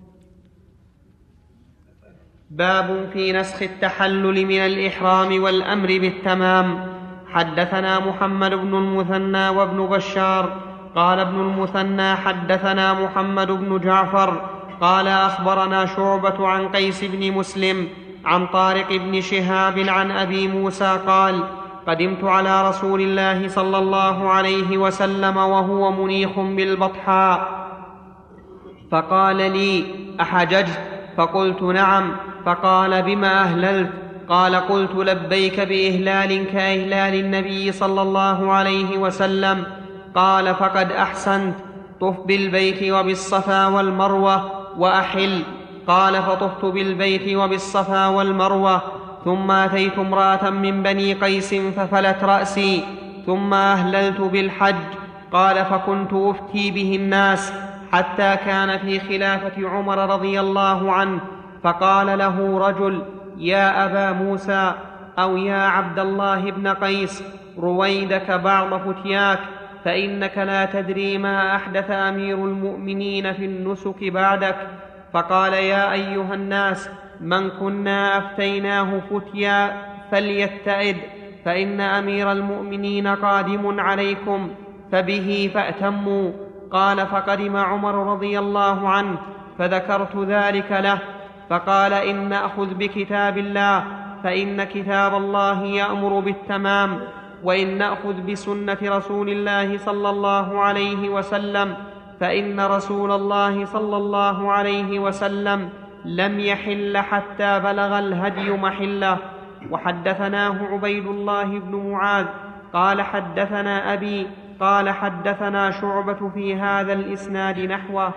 باب في نسخ التحلل من الإحرام والأمر بالتمام. حدثنا محمد بن المثنى وابن بشار قال ابن المثنى حدثنا محمد بن جعفر قال أخبرنا شعبة عن قيس بن مسلم عن طارق بن شهاب عن أبي موسى قال قدمت على رسول الله صلى الله عليه وسلم وهو منيخ بالبطحاء فقال لي أحججت؟ فقلت نعم. فقال بما أهللت؟ قال قلت لبيك بإهلال كإهلال النبي صلى الله عليه وسلم. قال فقد أحسنت، طف بالبيت وبالصفا والمروة وأحل. قال فطفت بالبيت وبالصفا والمروة، ثم أتيت امرأة من بني قيس ففلت رأسي، ثم أهللت بالحج. قال فكنت أفتي به الناس حتى كان في خلافة عمر رضي الله عنه، فقال له رجل يا أبا موسى أو يا عبد الله بن قيس رويدك بعض فتياك، فإنك لا تدري ما أحدث أمير المؤمنين في النسك بعدك. فقال يا أيها الناس من كنا أفتيناه فتيا فليتئد، فإن أمير المؤمنين قادم عليكم فبه فأتموا. قال فقدم عمر رضي الله عنه فذكرت ذلك له، فقال إن نأخذ بكتاب الله فإن كتاب الله يأمر بالتمام، وإن نأخذ بسنة رسول الله صلى الله عليه وسلم فإن رسول الله صلى الله عليه وسلم لم يحل حتى بلغ الهدي محله. وحدثناه عبيد الله بن معاذ قال حدثنا أبي قال حدثنا شعبة في هذا الإسناد نحوه.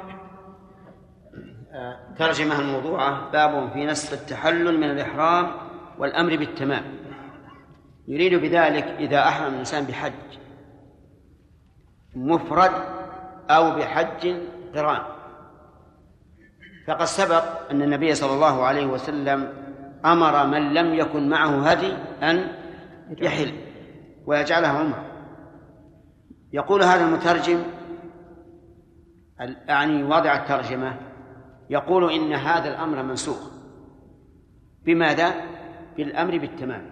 ترجمة الموضوعة باب في نسخ التحلل من الإحرام والأمر بالتمام. يريد بذلك إذا أحرم الإنسان بحج مفرد أو بحج قران، فقد سبق أن النبي صلى الله عليه وسلم أمر من لم يكن معه هدي أن يحل ويجعلها عمرة. يقول هذا المترجم يعني واضع الترجمة يقول إن هذا الأمر منسوخ. بماذا؟ بالأمر بالتمام.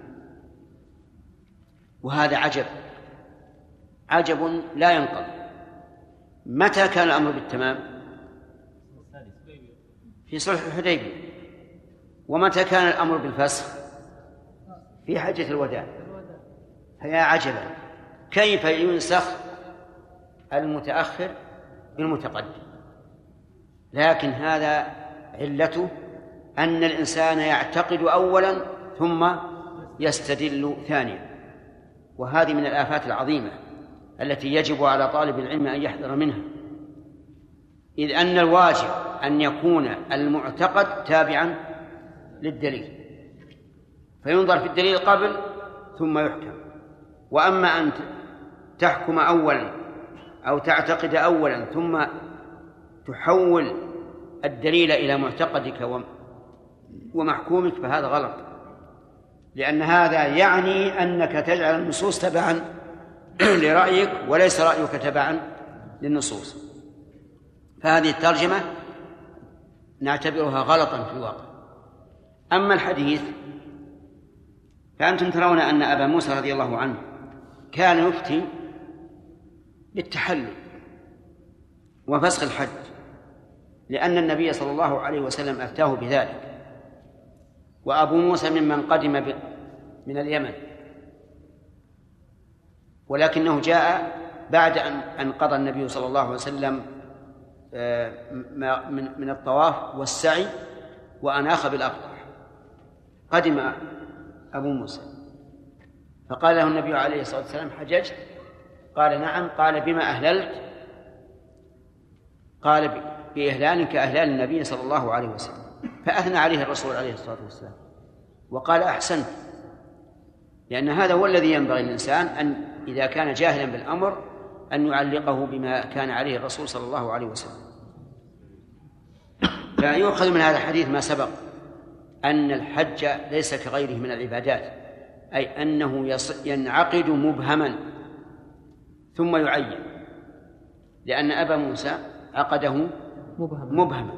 وهذا عجب عجب لا ينقض. متى كان الأمر بالتمام؟ في صلح الحديبية. ومتى كان الأمر بالفسخ؟ في حجة الوداع. فيا عجبا كيف ينسخ المتأخر بالمتقدم. لكن هذا علته أن الإنسان يعتقد أولا ثم يستدل ثانيا، وهذه من الآفات العظيمة التي يجب على طالب العلم أن يحذر منها، إذ أن الواجب أن يكون المعتقد تابعا للدليل، فينظر في الدليل قبل ثم يحكم. وأما أن تحكم أولا أو تعتقد أولا ثم تحول الدليل إلى معتقدك ومحكومك فهذا غلط، لأن هذا يعني أنك تجعل النصوص تبعا لرأيك وليس رأيك تبعا للنصوص. فهذه الترجمة نعتبرها غلطا في الواقع. أما الحديث فأنتم ترون أن أبا موسى رضي الله عنه كان يفتي بالتحلل وفسخ الحج، لأن النبي صلى الله عليه وسلم أفتاه بذلك، وأبو موسى ممن قدم من اليمن، ولكنه جاء بعد أن قضى النبي صلى الله عليه وسلم من الطواف والسعي وأناخ بالأقطع. قدم أبو موسى فقال له النبي عليه الصلاة والسلام حججت؟ قال نعم. قال بما أهللت؟ قال بإهلال كأهلال النبي صلى الله عليه وسلم، فأثنى عليه الرسول عليه الصلاة والسلام وقال أحسنت، لأن هذا هو الذي ينبغي للإنسان أن إذا كان جاهلا بالأمر أن يعلقه بما كان عليه الرسول صلى الله عليه وسلم. فيؤخذ من هذا الحديث ما سبق أن الحج ليس كغيره من العبادات، أي أنه ينعقد مبهما ثم يعين، لأن أبا موسى عقده مبهما،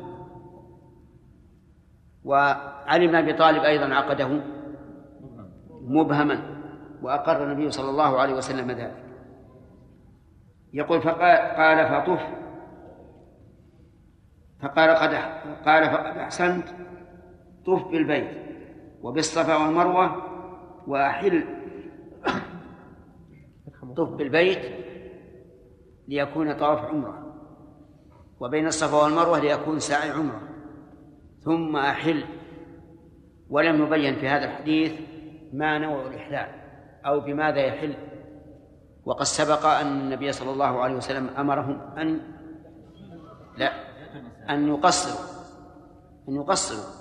وعلي بن أبي طالب أيضا عقده مبهما، وأقر النبي صلى الله عليه وسلم ذلك. يقول فقال فطف فقال قد قال فقد أحسنت، طف بالبيت وبالصفا والمروة وأحل. طف بالبيت ليكون طواف عمرة، وبين الصفا والمروة ليكون سعي عمرة، ثم أحل. ولم يبين في هذا الحديث ما نوع الإحلال أو بماذا يحل، وقد سبق أن النبي صلى الله عليه وسلم أمرهم أن لا أن يقصروا أن يقصروا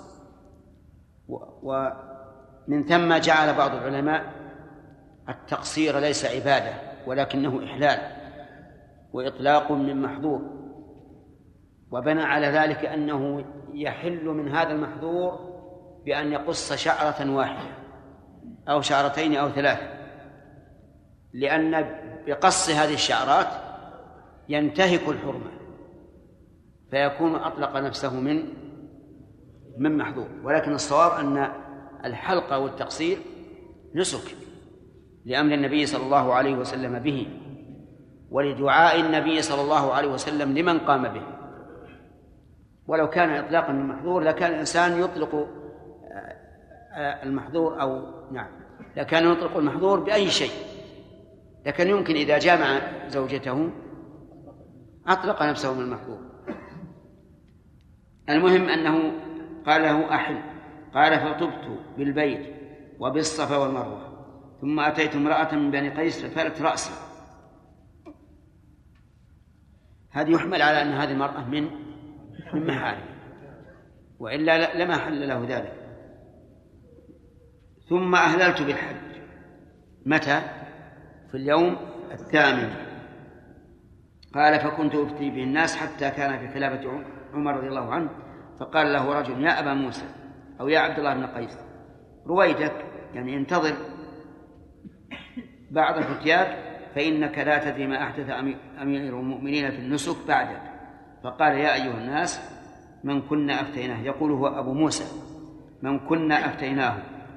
ومن ثم جعل بعض العلماء التقصير ليس عبادة ولكنه إحلال وإطلاق من محظور، وبنى على ذلك أنه يحل من هذا المحظور بأن يقص شعرة واحدة أو شعرتين أو ثلاثة، لأن بقص هذه الشعرات ينتهك الحرمة فيكون أطلق نفسه من من محظور. ولكن الصواب أن الحلق والتقصير نسك لأمر النبي صلى الله عليه وسلم به، ولدعاء النبي صلى الله عليه وسلم لمن قام به. ولو كان إطلاقا من محظور لكان الإنسان يطلق المحظور أو نعم لكان يطلق المحظور بأي شيء، لكن يمكن إذا جامع زوجته أطلق نفسه من المحظور. المهم أنه قال له أحل، قال فطبت بالبيت وبالصفا والمروة ثم أتيت امرأة من بني قيس ففلت رأسي. هذه يحمل على أن هذه المرأة من من محارم، وإلا لما حل له ذلك. ثم أهللت بالحج. متى؟ في اليوم الثامن. قال فكنت أفتي به الناس حتى كان في خلافة عمر رضي الله عنه، فقال له رجل يا أبا موسى أو يا عبد الله بن قيس رويدك، يعني انتظر بعض الفتيات فإنك لا تدري ما أحدث أمير المؤمنين في النسك بعدك. فقال يا أيها الناس من كنا أفتيناه، يقول هو أبو موسى، من كنا أفتيناه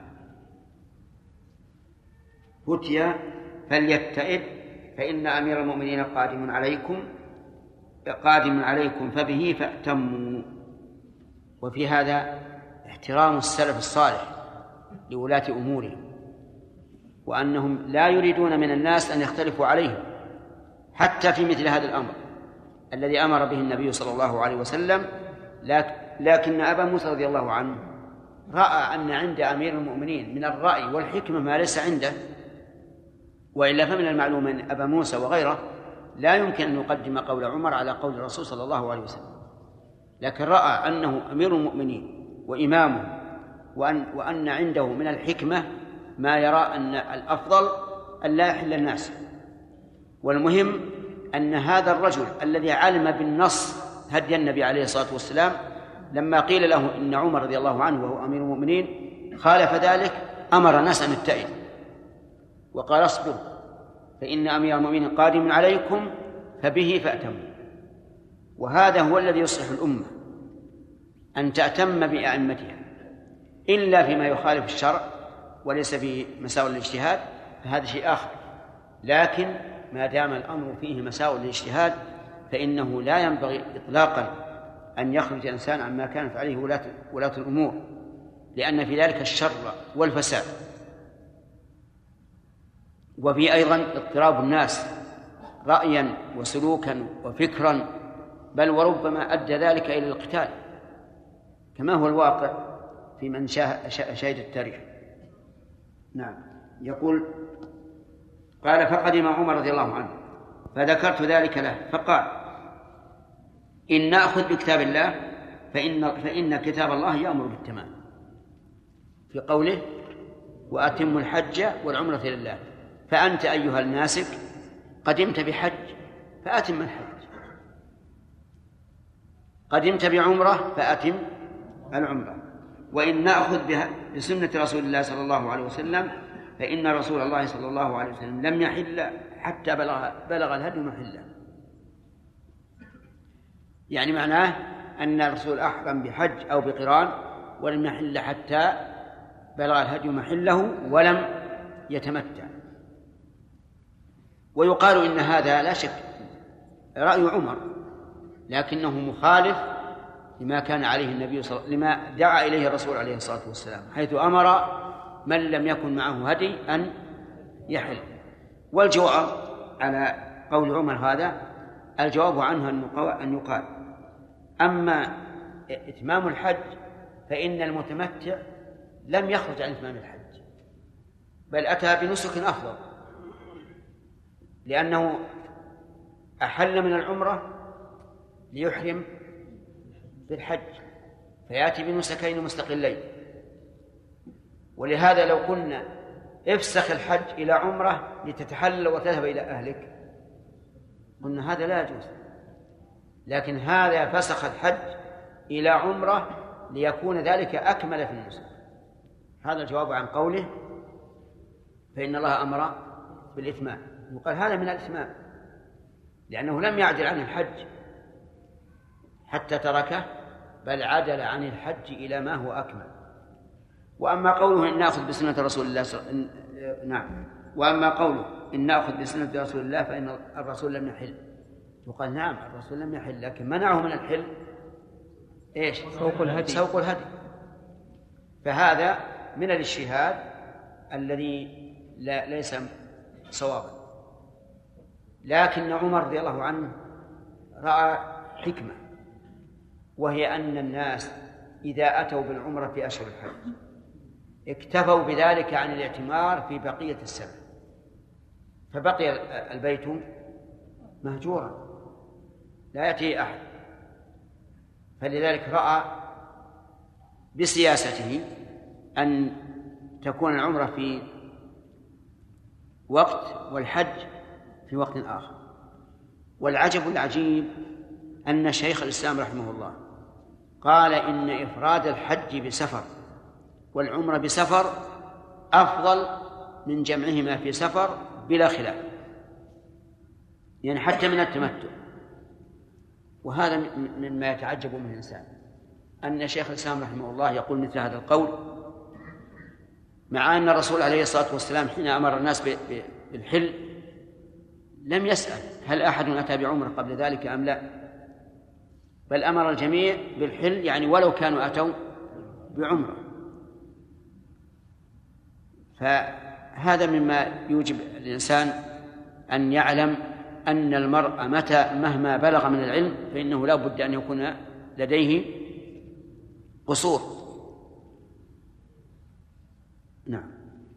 فتيا فليتئب فإن أمير المؤمنين قادم عليكم قادم عليكم فبه فأتموا. وفي هذا احترام السلف الصالح لولاة أمورهم، وأنهم لا يريدون من الناس أن يختلفوا عليهم حتى في مثل هذا الأمر الذي أمر به النبي صلى الله عليه وسلم. لكن أبا موسى رضي الله عنه رأى أن عند أمير المؤمنين من الرأي والحكمة ما ليس عنده، وإلا فمن المعلوم أن أبا موسى وغيره لا يمكن أن يقدم قول عمر على قول الرسول صلى الله عليه وسلم، لكن رأى أنه أمير المؤمنين وإمامه وأن, وأن عنده من الحكمة ما يرى أن الأفضل أن لا يحل الناس. والمهم أن هذا الرجل الذي علم بالنص هدي النبي عليه الصلاة والسلام لما قيل له إن عمر رضي الله عنه وهو أمير المؤمنين خالف ذلك أمر الناس أن يتئدوا وقال اصبروا فإن أمير المؤمنين قادم عليكم فبه فأتموا. وهذا هو الذي يصلح الأمة، أن تأتم بأئمتها إلا فيما يخالف الشرع وليس في مساوئ الاجتهاد فهذا شيء آخر. لكن ما دام الأمر فيه مساوئ الاجتهاد فإنه لا ينبغي إطلاقا أن يخرج الإنسان عما كانت عليه ولاة, ولاة الأمور، لأن في ذلك الشر والفساد. وفي أيضا اضطراب الناس رأيا وسلوكا وفكرا، بل وربما أدى ذلك إلى القتال كما هو الواقع في من شاهد التاريخ. نعم. يقول قال فقدم عمر رضي الله عنه فذكرت ذلك له فقال إن نأخذ بكتاب الله فإن, فإن كتاب الله يأمر بالتمام في قوله وأتم الحج والعمرة لله. فأنت أيها الناسك قدمت بحج فأتم الحج، قدمت بعمرة فأتم العمرة. وإن نأخذ بسنة رسول الله صلى الله عليه وسلم فإن رسول الله صلى الله عليه وسلم لم يحل حتى بلغ, بلغ الهدي محله. يعني معناه أن الرسول أحرم بحج أو بقران ولم يحل حتى بلغ الهدي محله ولم يتمتع. ويقال إن هذا لا شك رأي عمر، لكنه مخالف لما كان عليه النبي صلى الله عليه وسلم، لما دعا إليه الرسول عليه الصلاة والسلام، حيث أمر من لم يكن معه هدي أن يحل. والجواب على قول عمر هذا الجواب عنه أن يقال: أما إتمام الحج فإن المتمتع لم يخرج عن إتمام الحج، بل أتى بنسك أفضل، لأنه أحل من العمرة ليحرم بالحج، فيأتي بنسكين مستقلين. ولهذا لو قلنا افسخ الحج إلى عمرة لتتحلل وتذهب إلى أهلك قلنا هذا لا يجوز، لكن هذا فسخ الحج إلى عمرة ليكون ذلك أكمل في النسك. هذا الجواب عن قوله فإن الله أمر بالإتمام. يقال هذا من الإتمام، لأنه لم يعدل عن الحج حتى تركه، بل عدل عن الحج إلى ما هو أكمل. وأما قوله إن نأخذ بسنة رسول الله صل... نعم وأما قوله إن نأخذ بسنة رسول الله فإن الرسول لم يحل، يقال نعم الرسول لم يحل، لكن منعه من الحل إيش؟ سوق الهدي. سوق الهدي. فهذا من الاجتهاد الذي لا ليس صوابا. لكن عمر رضي الله عنه رأى حكمة، وهي أن الناس إذا أتوا بالعمرة في أشهر الحج اكتفوا بذلك عن الاعتمار في بقية السنة، فبقي البيت مهجورا لا يأتي أحد. فلذلك رأى بسياسته أن تكون العمرة في وقت والحج في وقت آخر. والعجب العجيب أن شيخ الإسلام رحمه الله قال إن إفراد الحج بسفر والعمرة بسفر أفضل من جمعهما في سفر بلا خلاف، يعني حتى من التمتع. وهذا مما يتعجب منه الإنسان، أن شيخ الإسلام رحمه الله يقول مثل هذا القول، مع أن الرسول عليه الصلاة والسلام حين أمر الناس بالحل لم يسأل هل أحد أتى بعمر قبل ذلك أم لا، بل أمر الجميع بالحل، يعني ولو كانوا أتوا بعمره. فهذا مما يوجب الإنسان أن يعلم أن المرء متى مهما بلغ من العلم فإنه لا بد أن يكون لديه قصور. نعم.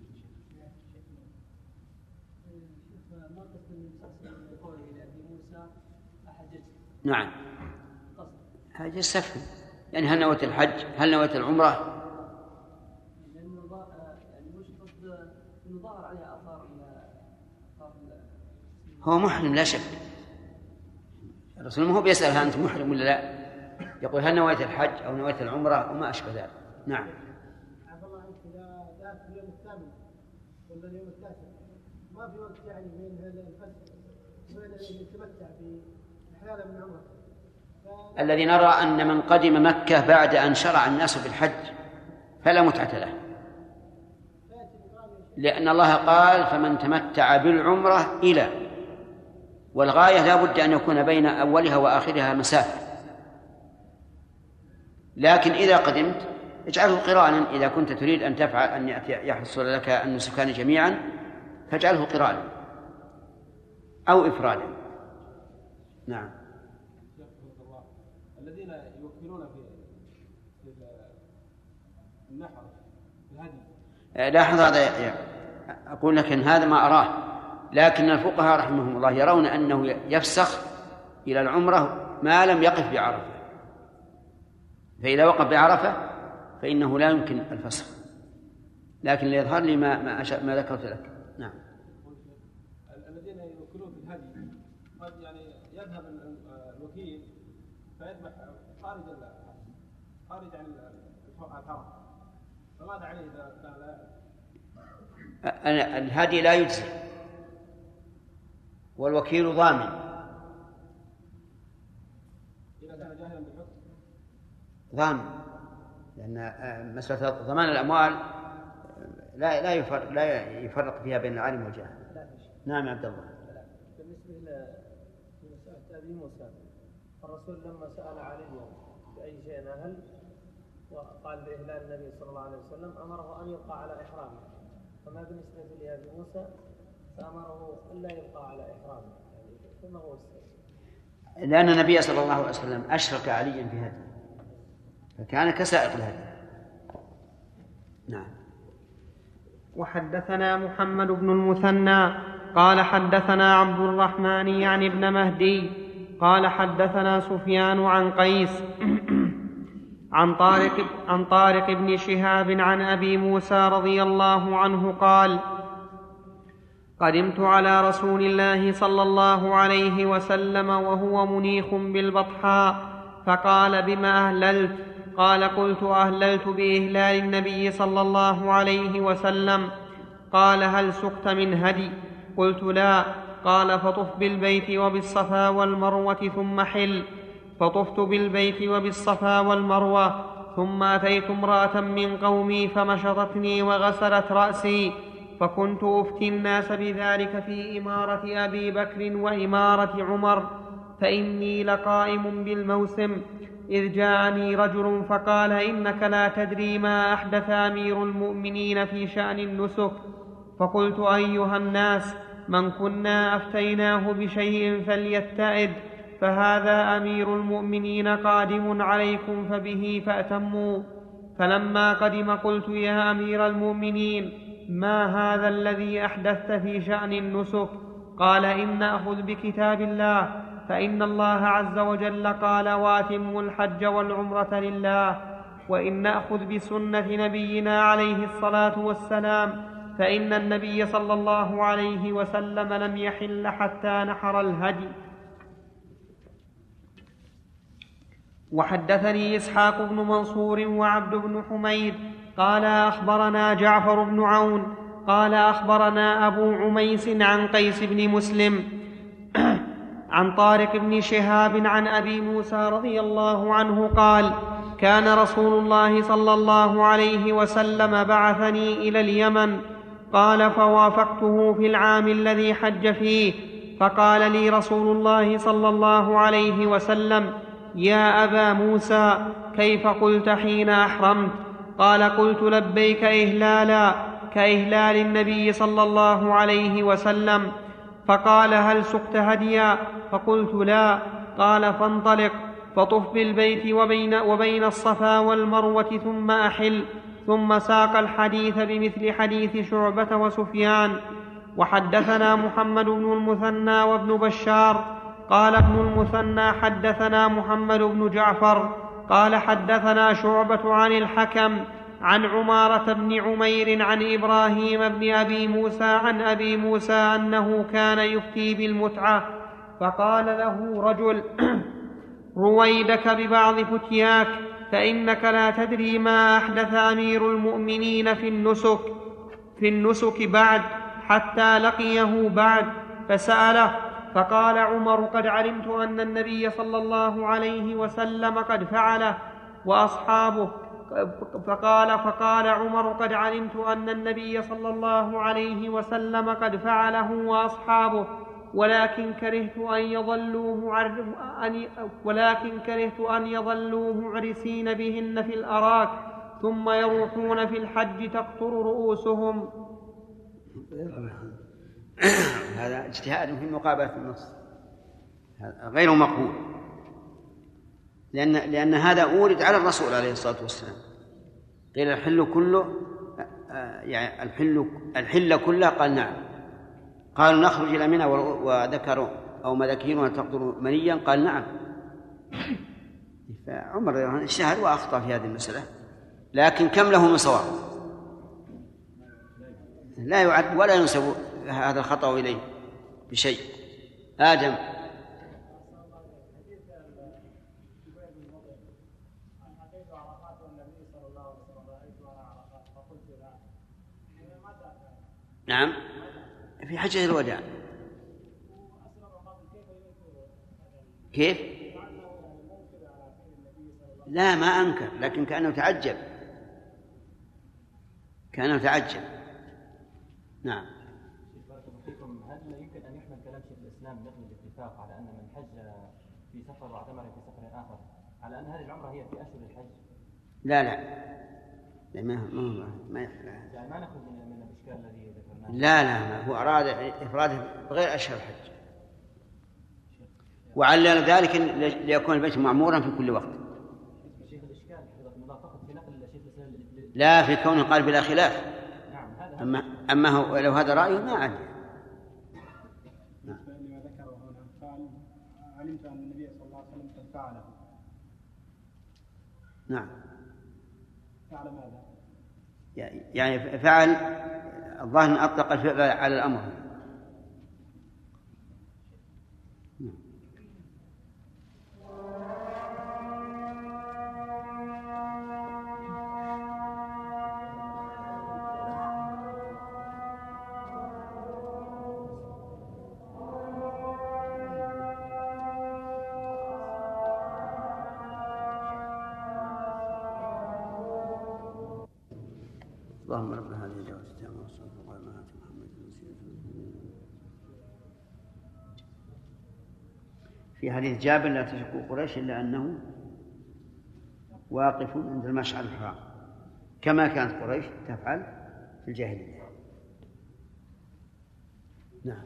نعم هذا السفر، يعني هل نويت الحج هل نويت العمرة؟ هو محرم لا شك، الرسول ما هو بيسأل هل أنت محرم ولا لا، يقول هل نويت الحج أو نويت العمرة وما أشبه ذلك. نعم. عفوا الله عنك، إذا ذات اليوم الثامن ولا اليوم التاسع ما في وقت يعني بين الفجر وبين التمتع بحلال من عمره. الذي نرى أن من قدم مكة بعد أن شرع الناس بالحج فلا متعة له، لأن الله قال فمن تمتع بالعمرة إلى، والغاية لا بد أن يكون بين أولها وآخرها مسافة. لكن إذا قدمت اجعله قرانا، إذا كنت تريد أن تفعل أن يحصل لك النسكان جميعا فاجعله قرانا أو إفرادا. نعم. الذين يوكلون في النحر الهدي، لاحظ هذا، أقول لك إن هذا ما أراه، لكن الفقهاء رحمهم الله يرون أنه يفسخ إلى العمرة ما لم يقف بعرفة، فإذا وقف بعرفة فإنه لا يمكن الفسخ، لكن ليظهر لي ما ما, ما ذكرت لك. نعم. الذين يوكلون في الهدي قد يعني يذهب الوكيل فيذبح خارج خارج عن الحرم، فماذا عليه إذا كان لا؟ الهدي لا يجزي والوكيل ضامن. إذا كان جاهلا بالحكم ضامن، لأن مسألة ضمان الأموال لا لا يفرق لا يفرق فيها بين العالم والجاهل. نعم يا عبد الله. بالنسبة لمسألة أبي موسى، الرسول لما سأل علي بأي شيء أهل وقال بإهلال النبي صلى الله عليه وسلم أمره أن يبقى على إحرامه، فما بالنسبة لأبي موسى فأمره ألا يبقى على إحرامه، يعني فما هو السبب؟ لأن النبي صلى الله عليه وسلم أشرك عليا في هذا فكان كسائق الهدي. نعم. وحدثنا محمد بن المثنى قال حدثنا عبد الرحمن يعني ابن مهدي قال حدثنا سفيان عن قيس عن طارق, عن طارق بن شهاب عن أبي موسى رضي الله عنه قال قدمت على رسول الله صلى الله عليه وسلم وهو منيخ بالبطحاء فقال بما أهللت؟ قال قلت أهللت بإهلال النبي صلى الله عليه وسلم. قال هل سقت من هدي؟ قلت لا. قال فطف بالبيت وبالصفا والمروة ثم حل. فطفت بالبيت وبالصفا والمروة ثم أتيت امرأة من قومي فمشطتني وغسلت رأسي، فكنت أفتي الناس بذلك في إمارة أبي بكر وإمارة عمر، فإني لقائم بالموسم إذ جاءني رجل فقال إنك لا تدري ما أحدث أمير المؤمنين في شأن النسك. فقلت أيها الناس من كنا أفتيناه بشيء فليتعد، فهذا أمير المؤمنين قادم عليكم فبه فأتموا. فلما قدم قلت يا أمير المؤمنين ما هذا الذي أحدثت في شأن النسك؟ قال إن نأخذ بكتاب الله، فإن الله عز وجل قال واتموا الحج والعمرة لله، وإن نأخذ بسنة نبينا عليه الصلاة والسلام فإن النبي صلى الله عليه وسلم لم يحل حتى نحر الهدي. وحدثني إسحاق بن منصور وعبد بن حميد قال أخبرنا جعفر بن عون قال أخبرنا أبو عميس عن قيس بن مسلم عن طارق بن شهاب عن أبي موسى رضي الله عنه قال كان رسول الله صلى الله عليه وسلم بعثني إلى اليمن. قال فوافقته في العام الذي حج فيه، فقال لي رسول الله صلى الله عليه وسلم يا أبا موسى كيف قلت حين أحرمت؟ قال قلت لبيك إهلالا كإهلال النبي صلى الله عليه وسلم. فقال هل سقت هديا؟ فقلت لا. قال فانطلق فطف بالبيت وبين, وبين الصفا والمروة ثم أحل. ثم ساق الحديث بمثل حديث شعبة وسفيان. وحدثنا محمد بن المثنى وابن بشار قال ابن المثنى حدثنا محمد بن جعفر قال حدثنا شعبة عن الحكم عن عمارة بن عمير عن إبراهيم بن أبي موسى عن أبي موسى أنه كان يفتي بالمتعة، فقال له رجل رويدك ببعض فتياك فإنك لا تدري ما أحدث أمير المؤمنين في النسك في النسك بعد حتى لقيه بعد. فسأله فقال عمر قد علمت أن النبي صلى الله عليه وسلم قد فعله وأصحابه. فقال فقال عمر قد علمت أن النبي صلى الله عليه وسلم قد فعله وأصحابه، ولكن كرهت أن يظلوا ولكن كرهت أن يظلوا معرسين بهن في الأراك ثم يروحون في الحج تقطر رؤوسهم. هذا اجتهاد في مقابلة النص غير مقبول، لأن لأن هذا أورد على الرسول عليه الصلاة والسلام. قيل الحل كله يعني الحل الحل كله، قال نعم. قالوا نخرج إلى منى وذكروا أو مذاكيرنا تقدر منيا، قال نعم. فعمر اجتهد وأخطأ في هذه المسألة، لكن كم له من صواب؟ لا يعد ولا ينسب هذا الخطأ إليه بشيء. آدم. نعم في حجة الوداع. كيف؟ لا ما أنكر، لكن كأنه تعجب كأنه تعجب. نعم. هل يمكن أن يحمل كلام شيخ الإسلام نقل الاتفاق على أن من حج في سفر واعتمر في سفر آخر على أن هذه العمرة هي في أشهر الحج. لا لا لا ما ما ما يعني ما نأخذ من من الإشكال الذي ذكرناه. لا لا ما هو أراد إفراده بغير أشهر الحج، وعلى ذلك ليكون البيت معمورا في كل وقت. شيخ الإشكال فقط في نقل الشيخ الإسلام لا في كونه قال بلا خلاف. نعم هذا. أما أما هو لو هذا رأيه ما عندي. لما ذكره هنا قال علمت أن النبي صلى الله عليه وسلم قد فعله. نعم. فعل ماذا؟ يعني فعل الظاهر أطلق الفعل على الأمر. اللهم رب هذه الدعوة التامة والصلاة والسلام على محمد في حديث جابر لا تشكوا قريش إلا أنه واقف عند المشعر الحرام كما كانت قريش تفعل في الجاهلية. نعم.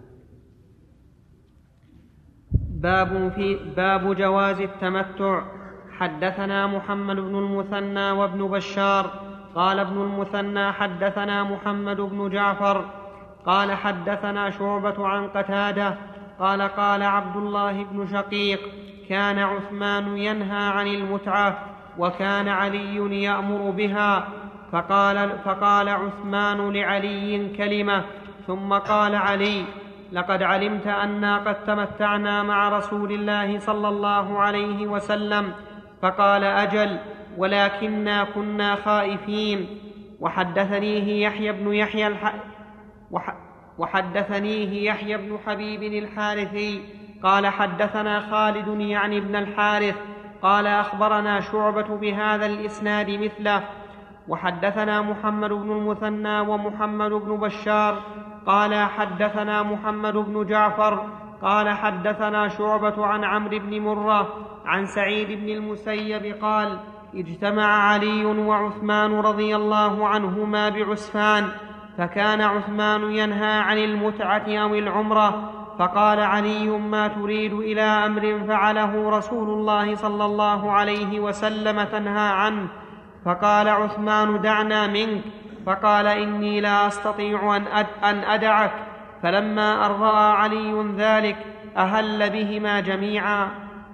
باب في باب جواز التمتع. حدثنا محمد بن المثنى وابن بشار قال ابن المثنى حدثنا محمد بن جعفر قال حدثنا شعبة عن قتادة قال قال عبد الله بن شقيق كان عثمان ينهى عن المتعة وكان علي يأمر بها، فقال, فقال عثمان لعلي كلمة ثم قال علي لقد علمت أنا قد تمتعنا مع رسول الله صلى الله عليه وسلم، فقال أجل ولكننا كنا خائفين. وحدثنيه يحيى بن يحيى الح... وح... وحدثنيه يحيى بن حبيب الحارثي قال حدثنا خالد يعني ابن الحارث قال أخبرنا شعبة بهذا الإسناد مثله. وحدثنا محمد بن المثنى ومحمد بن بشار قال حدثنا محمد بن جعفر قال حدثنا شعبة عن عمرو بن مرة عن سعيد بن المسيب قال اجتمع علي وعثمان رضي الله عنهما بعسفان، فكان عثمان ينهى عن المتعة أو العمرة، فقال علي ما تريد إلى أمر فعله رسول الله صلى الله عليه وسلم تنهى عنه؟ فقال عثمان دعنا منك، فقال إني لا أستطيع أن أدعك. فلما أن رأى علي ذلك أهل بهما جميعا.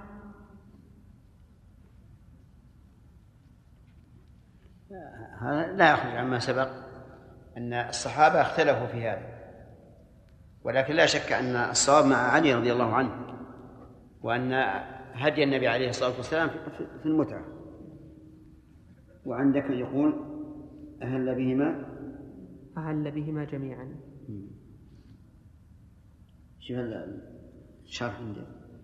هذا لا يخرج عما سبق أن الصحابة اختلفوا في هذا، ولكن لا شك أن الصواب مع علي رضي الله عنه، وأن هدي النبي عليه الصلاة والسلام في المتعة. وعندك يقول أهل بهما أهل بهما جميعا. شوف الشرح عندك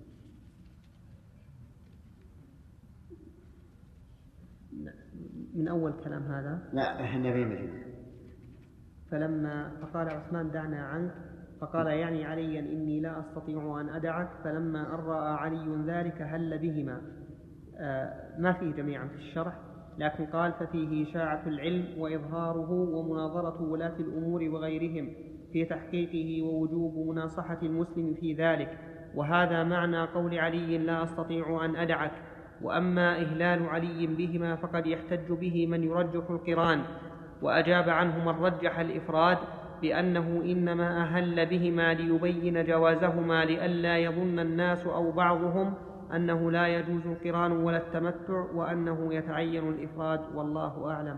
من أول كلام هذا. لا أهل بهما جميعا. فلما فقال عثمان دعنا عنك، فقال يعني عليا إني لا أستطيع أن أدعك. فلما أن رأى علي ذلك هل بهما. آه ما فيه جميعا في الشرح، لكن قال ففيه إشاعة العلم وإظهاره ومناظرة ولاة الأمور وغيرهم في تحقيقه ووجوب مناصحة المسلم في ذلك، وهذا معنى قول علي لا أستطيع أن أدعك. وأما إهلال علي بهما فقد يحتج به من يرجح القران، وأجاب عنه من رجح الإفراد بأنه إنما أهل بهما ليبين جوازهما لئلا يظن الناس أو بعضهم أنه لا يجوز القران ولا التمتع، وأنه يتعين الإفراد، والله أعلم.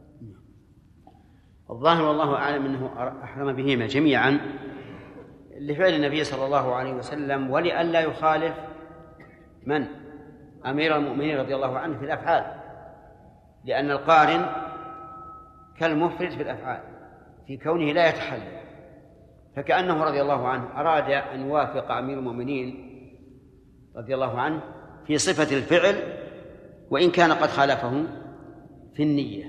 الظاهر والله أعلم أنه أحرم بهما جميعا لفعل النبي صلى الله عليه وسلم، ولئلا يخالف من أمير المؤمنين رضي الله عنه في الأفعال، لأن القارن كالمفرد في الأفعال في كونه لا يتحلل، فكأنه رضي الله عنه أراد أن يوافق أمير المؤمنين رضي الله عنه في صفة الفعل وإن كان قد خالفه في النية.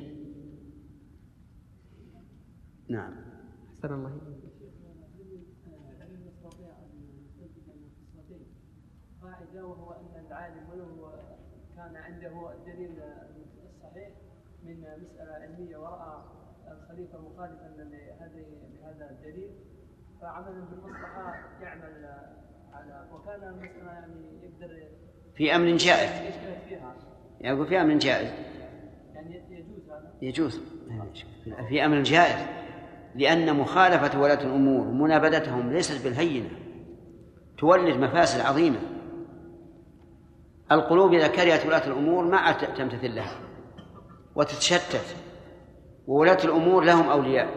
نعم. أحسن الله. قاعدة وهو أن العالم ولو كان عنده الدليل الصحيح من مسألة علمية ورأى الخليفة مخالفا لهذه لهذا الدليل فعمل بالمصلحة يعمل على وكان المسألة يعني يقدر في أمر جائز يجتهد فيها. يقول في أمر جائز يعني يجوز هذا؟ يجوز في أمر جائز، لأن مخالفة ولاة الأمور ومنابذتهم ليست بالهينة، تولد مفاسد عظيمة. القلوب إذا كرهت ولاة الأمور ما عاد تمتثل لها وتتشتت، وولاة الأمور لهم أولياء،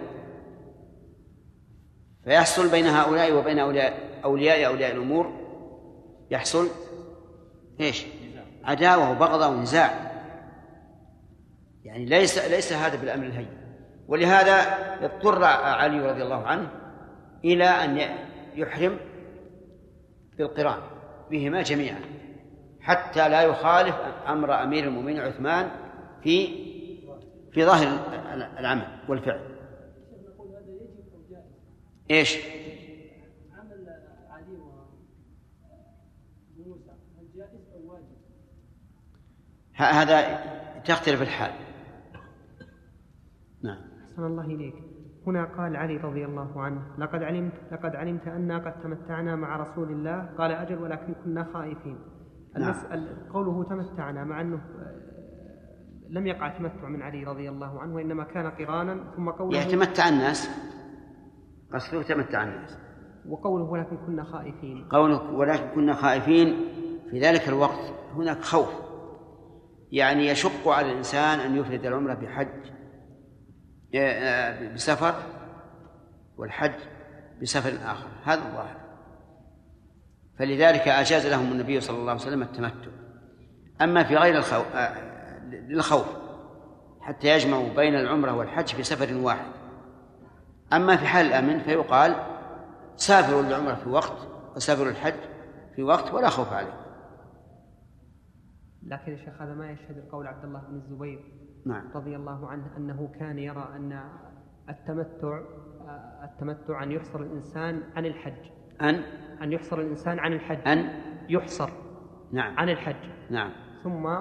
فيحصل بين هؤلاء وبين أولياء أولياء أولياء الأمور يحصل إيش؟ عداوة وبغضة ونزاع. يعني ليس ليس هذا بالأمر الهين. ولهذا اضطر علي رضي الله عنه إلى أن يحرم بالقران بهما جميعا حتى لا يخالف أمر أمير المؤمنين عثمان في في ظاهر العمل والفعل. إيش؟ عمل علي وموسى هل جائز أو واجب؟ هذا تختلف الحال. نعم. أحسن الله إليك. هنا قال علي رضي الله عنه لقد علمت لقد علمت أننا قد تمتعنا مع رسول الله، قال أجل ولكن كنا خائفين. المسألة نعم. قوله تمتعنا مع أنه لم يقع تمتع من علي رضي الله عنه وإنما كان قرانا، ثم قوله يتمتع الناس قصده تمتع الناس، وقوله ولكن كنا خائفين قوله ولكن كنا خائفين في ذلك الوقت هناك خوف، يعني يشق على الإنسان أن يفرد العمرة بحج بسفر والحج بسفر آخر، هذا الظاهر. فلذلك أجاز لهم النبي صلى الله عليه وسلم التمتع. أما في غير الخوف للخوف حتى يجمعوا بين العمرة والحج في سفر واحد. أما في حال الأمن فيقال سافروا العمرة في وقت وسافروا الحج في وقت ولا خوف عليه. لكن يا شيخ هذا ما يشهد القول عبد الله بن الزبير نعم. رضي الله عنه أنه كان يرى أن التمتع التمتع أن يحصر الإنسان عن الحج أن أن يحصر الإنسان عن الحج أن يحصر نعم. عن الحج نعم. ثم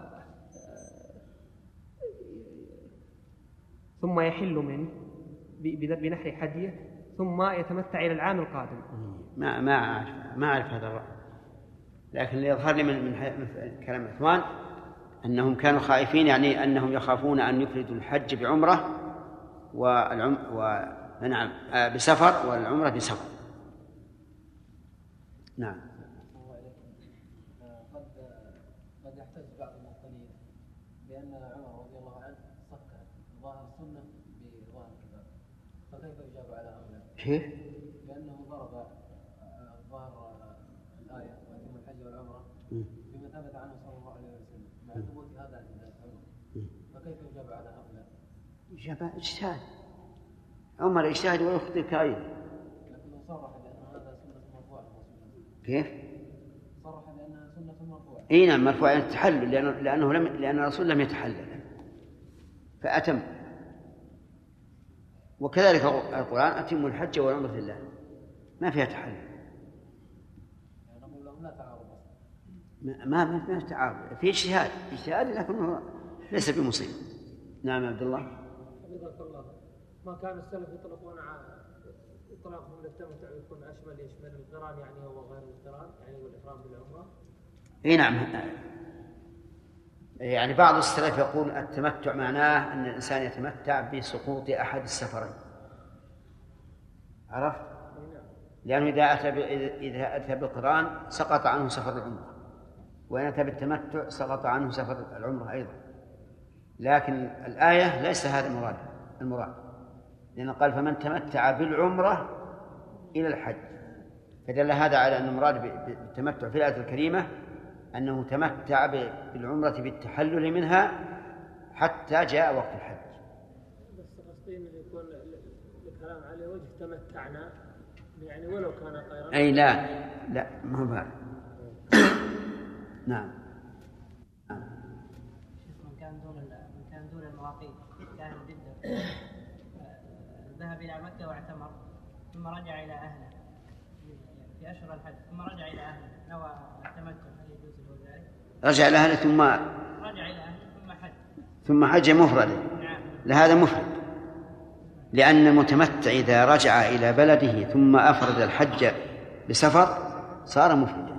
ثم يحل منه بنحر حديه ثم يتمتع إلى العام القادم. ما ما أعرف ما أعرف هذا الرأي، لكن اللي يظهر لي من, من كلام عثمان أنهم كانوا خائفين، يعني أنهم يخافون أن يفردوا الحج بعمرة والعم ونعم بسفر والعمرة بسفر. نعم. قد قد يحتج بعض المبطلين بأن عمر رضي الله عنه صك ظاهر السنة بظاهر الكتاب، فكيف يجاب على هؤلاء؟ كيف؟ بأنه ضرب ظاهر الآية وأتم الحج والعمرة بما ثبت عنه صلى الله عليه وسلم مع ثبوت هذا عند عمر، فكيف يجاب على هؤلاء؟ إجابة اجتهاد، عمر اجتهد ويخطئ كأيضا. لكنه صرح بأن هذا سنة مرفوعة. كيف؟ صرح بأنها سنة مرفوعة. اي نعم مرفوعة التحلل، لأنه لأنه لم لأن الرسول لم يتحلل فأتم. وكذلك القرآن أتم الحج والعمرة لله ما فيها تحلل. يعني نقول لهم لا تعارض. ما ما ما تعارض، في اجتهاد اجتهاد لكنه ليس بمصيب. نعم عبد الله. حفظك الله. ما كان السلف يطلقون على إطلاقهم للتمتع يكون أشمل يشمل القران يعني هو غير القران يعني والإحرام بالعمرة. اي نعم. يعني بعض السلف يقول التمتع معناه أن الإنسان يتمتع بسقوط أحد السفرين. عرفت؟ لأنه إذا أتى إذا أتى بالقران سقط عنه سفر العمرة، وإن أتى بالتمتع سقط عنه سفر العمرة أيضا. لكن الآية ليس هذا المراد المراد لأنه قال فمن تمتع بالعمرة إلى الحج، فدل هذا على أن المراد بالتمتع في الآية الكريمة أنه تمتع بالعمرة بالتحلل منها حتى جاء وقت الحج. بس قصدين أن يكون الكلام على وجه تمتعنا يعني ولو كان خيرا. أي لا لا ما هو هذا. نعم. من كان دون من كان دون المواقيت كان جدا ذهب إلى مكة واعتمر ثم رجع إلى أهله في أشهر الحج ثم رجع إلى أهله نوى التمتع، هل يجوز له ذلك؟ رجع لأهله ثم رجع إلى أهله ثم حج ثم حج مفردا. لهذا مفرد، لأن المتمتع إذا رجع إلى بلده ثم أفرد الحج بسفر صار مفردا.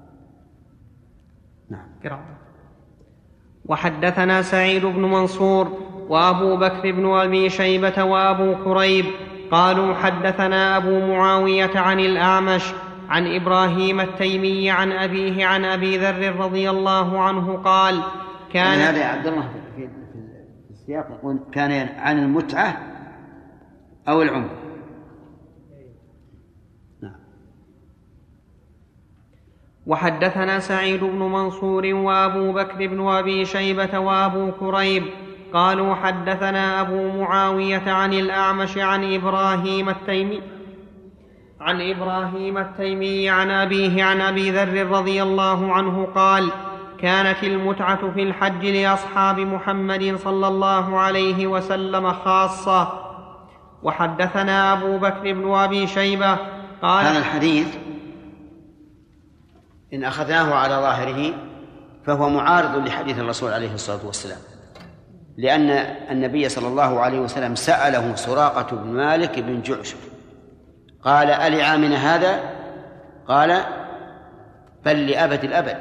نعم. وحدثنا سعيد بن منصور وأبو بكر بن أبي شيبة وأبو كريب قالوا حدثنا أبو معاوية عن الأعمش عن إبراهيم التيمي عن أبيه عن أبي ذر رضي الله عنه قال كان هذا يا عبد الله في السياق يقول كان عن المتعة أو العمر. وحدثنا سعيد بن منصور وأبو بكر بن أبي شيبة وأبو كريب قالوا حدثنا أبو معاوية عن الأعمش عن إبراهيم التيمي عن إبراهيم التيمي عن أبيه عن أبي ذر رضي الله عنه قال كانت المتعة في الحج لأصحاب محمد صلى الله عليه وسلم خاصة. وحدثنا أبو بكر بن أبي شيبة قال هذا الحديث إن أخذناه على ظاهره فهو معارض لحديث الرسول عليه الصلاة والسلام، لأن النبي صلى الله عليه وسلم سأله سراقة بن مالك بن جعشم قال ألعامنا هذا؟ قال بل لأبد الأبد،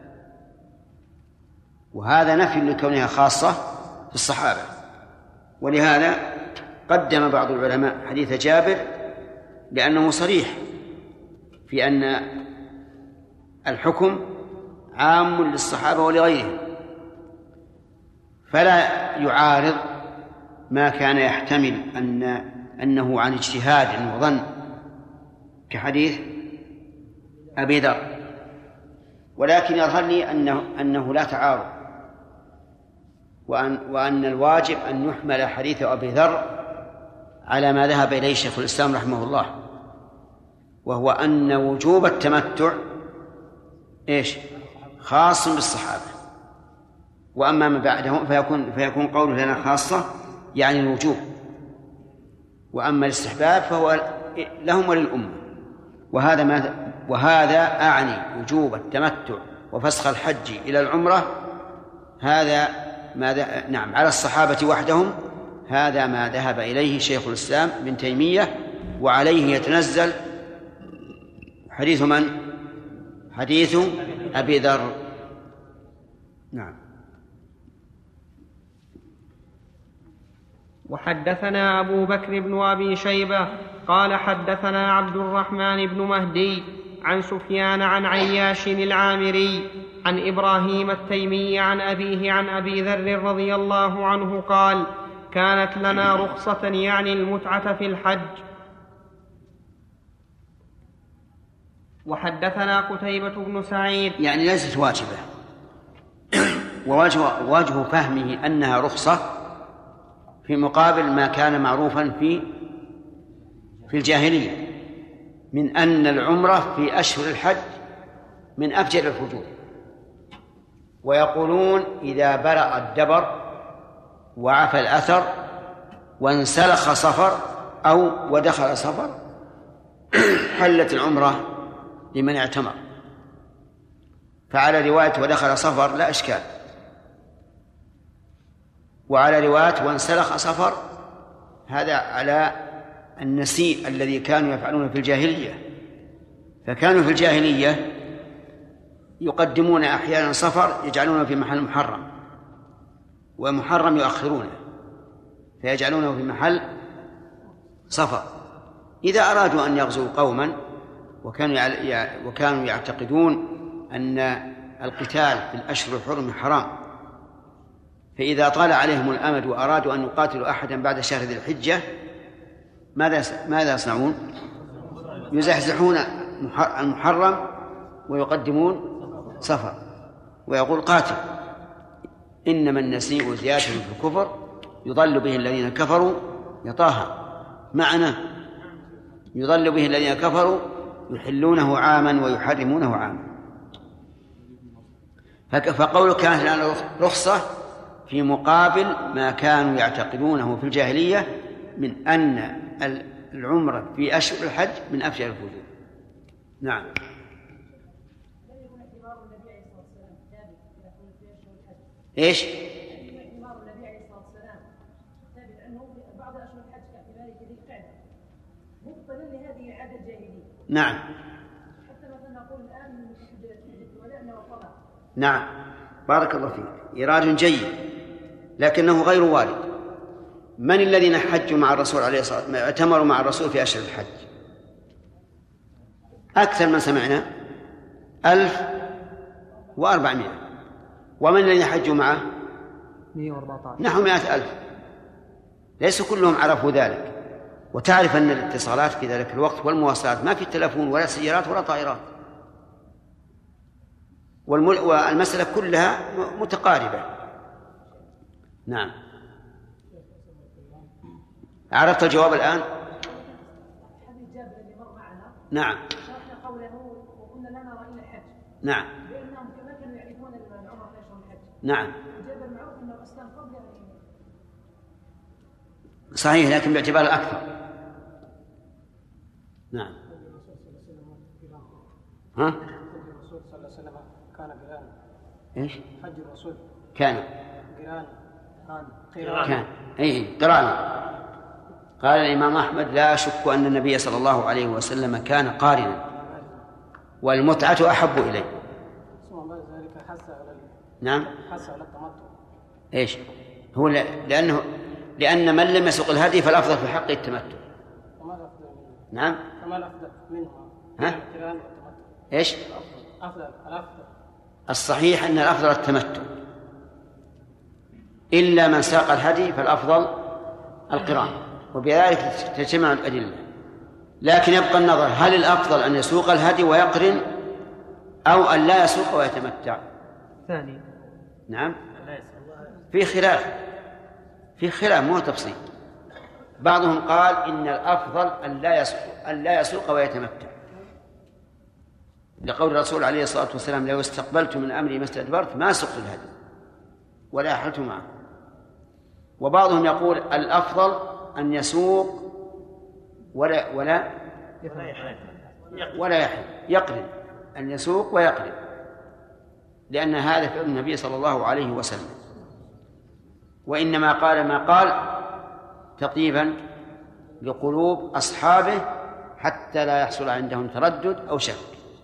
وهذا نفي لكونها خاصة في الصحابة. ولهذا قدم بعض العلماء حديث جابر لأنه صريح في أن الحكم عام للصحابة ولغيرهم، فلا يعارض ما كان يحتمل أن أنه عن اجتهاد وظن كحديث أبي ذر، ولكن يظهر لي أنه, أنه لا تعارض، وأن, وأن الواجب أن يحمل حديث أبي ذر على ما ذهب إليه شيخ الإسلام رحمه الله، وهو أن وجوب التمتع إيش خاص بالصحابة، وأما ما بعدهم فيكون, فيكون قوله لنا خاصة يعني الوجوب، وأما الاستحباب فهو لهم وللأمة. وهذا ما وهذا أعني وجوب التمتع وفسخ الحج إلى العمرة، هذا ما نعم على الصحابة وحدهم، هذا ما ذهب إليه شيخ الإسلام ابن تيمية، وعليه يتنزل حديث من؟ حديث أبي ذر. نعم. وحدثنا أبو بكر بن أبي شيبة قال حدثنا عبد الرحمن بن مهدي عن سفيان عن عياش العامري عن إبراهيم التيمي عن أبيه عن أبي ذر رضي الله عنه قال كانت لنا رخصة يعني المتعة في الحج. وحدثنا قتيبة بن سعيد يعني ليست واجبة، ووجه وجه فهمه أنها رخصة في مقابل ما كان معروفا في في الجاهلية من أن العمرة في أشهر الحج من أفجر الفجور، ويقولون إذا برأ الدبر وعفى الأثر وانسلخ صفر أو ودخل صفر حلت العمرة لمن اعتمر. فعلى رواية ودخل صفر لا إشكال، وعلى رواية وانسلخ صفر هذا على النسيء الذي كانوا يفعلونه في الجاهلية. فكانوا في الجاهلية يقدمون أحيانا صفر يجعلونه في محل محرم، ومحرم يؤخرونه فيجعلونه في محل صفر. إذا أرادوا أن يغزوا قوما وكانوا وكانوا يعتقدون أن القتال في الأشهر الحرم حرام، فإذا طال عليهم الأمد وأرادوا أن يقاتلوا أحدا بعد شهر ذي الحجة ماذا ماذا يصنعون؟ يزحزحون المحرم ويقدمون صفر، ويقول قاتل. إنما النسيء زيادة في الكفر يضل به الذين كفروا يطاها معنا يضل به الذين كفروا يحلونه عاما ويحرمونه عاما. فقوله كانت لنا رخصة في مقابل ما كانوا يعتقدونه في الجاهلية من أن العمرة في أشهر الحج من أفجر الفجور. نعم. إيش؟ إمار النبي عليه الصلاة والسلام ثابت أنه بعض أشهر الحج كذلك ذي القعدة مبطل لهذه العادة الجاهلية. نعم. حتى مثلا نقول الآن من ولعنا وطلع. نعم بارك الله فيك، إيراد جيد لكنه غير وارد. من الذين حجوا مع الرسول عليه الصلاة والسلام اعتمروا مع الرسول في أشهر الحج؟ أكثر من سمعنا ألف وأربعمائة. ومن الذين حجوا معه؟ مئة وأربعة عشر. نحو مئة ألف. ليسوا كلهم عرفوا ذلك. وتعرف أن الاتصالات في ذلك الوقت والمواصلات ما في تلفون ولا سيارات ولا طائرات، والمسألة كلها متقاربة. نعم. عرفت الجواب الآن؟ نعم. نعم. نعم. صحيح لكن باعتبار الأكثر. نعم. ها؟ الرسول صلى الله عليه وسلم كان قران. ايش؟ حج الرسول كان قران. كان كان اي قران. قال الإمام أحمد: لا أشك أن النبي صلى الله عليه وسلم كان قارنا والمتعة أحب إليه. نعم. حث على التمتع. ايش؟ هو لأنه لأن من لم يسوق الهدي فالأفضل في حقه التمتع. نعم. كما الأفضل منه. ها؟ ايش؟ أفضل الأفضل. الصحيح أن الأفضل التمتع، إلا من ساق الهدي فالأفضل القران، وبذلك تجمع الأدلة. لكن يبقى النظر: هل الأفضل أن يسوق الهدي ويقرن أو أن لا يسوق ويتمتع؟ ثاني. نعم. في خلاف في خلاف مو تفصيل. بعضهم قال إن الأفضل أن لا يسوق أن لا يسوق ويتمتع، لقول الرسول عليه الصلاة والسلام: لو استقبلت من أمري ما استدبرت ما سقت الهدي ولا أحلت معه. وبعضهم يقول الأفضل أن يسوق ولا ولا ولا يحل يقرن، أن يسوق ويقرن، لأن هذا فعل النبي صلى الله عليه وسلم، وإنما قال ما قال تطيبا لقلوب أصحابه حتى لا يحصل عندهم تردد أو شك.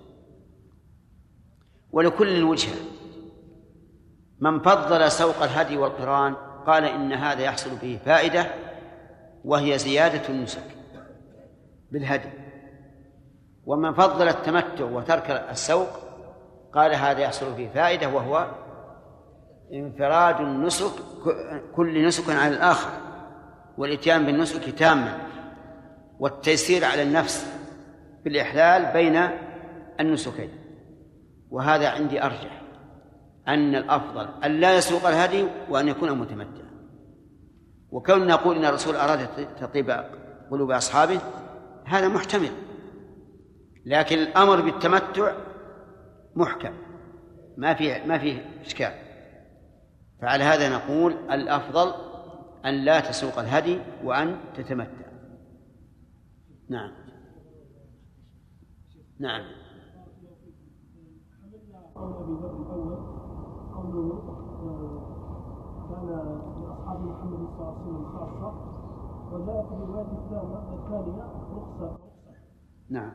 ولكل وجهة. من فضل سوق الهدي والقران قال إن هذا يحصل به فائدة وهي زيادة النسك بالهدي، ومن فضل التمتع وترك السوق قال هذا يحصل به فائدة وهو انفراد النسك كل نسك عن الآخر، والإتيان بالنسك تاما، والتيسير على النفس بالإحلال بين النسكين. وهذا عندي أرجح، أن الأفضل أن لا يسوق الهدي وأن يكون متمتعا. وكون نقول إن الرسول أراد تطيب قلوب أصحابه هذا محتمل، لكن الأمر بالتمتع محكم ما فيه ما فيه إشكال. فعلى هذا نقول الأفضل أن لا تسوق الهدي وأن تتمتع. نعم. نعم. قول أبي ذر الأول قوله كان لأصحاب محمد صلى الله عليه وسلم خاصة، وجاء في الرواية الثانية رخصة. نعم.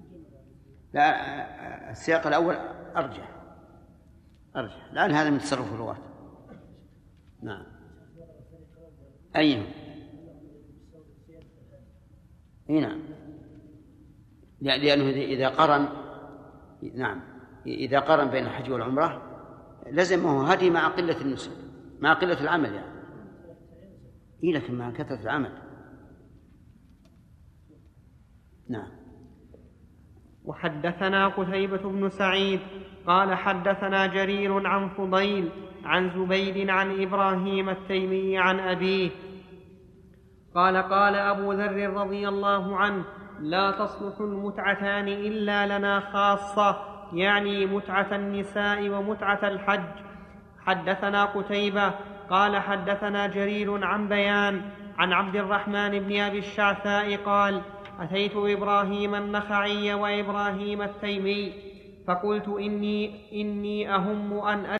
لا، السياق الأول أرجح أرجح لأن هذا من تصرف الرواة. نعم. أيهم؟ إيه نعم، لأنه إذا قرن نعم إذا قرن بين الحج والعمرة لزمه هدي مع قلة النسك مع قلة العمل يعني. إيه لكن مع كثرة العمل. نعم. وحدثنا قتيبة بن سعيد قال حدثنا جرير عن فضيل عن زبيد عن إبراهيم التيمي عن أبيه قال قال أبو ذر رضي الله عنه: لا تصلح المتعتان إلا لنا خاصة، يعني متعة النساء ومتعة الحج. حدثنا قتيبة قال حدثنا جرير عن بيان عن عبد الرحمن بن أبي الشعثاء قال: أتيت إبراهيم النخعي وإبراهيم التيمي فقلت إني, إني أهم أن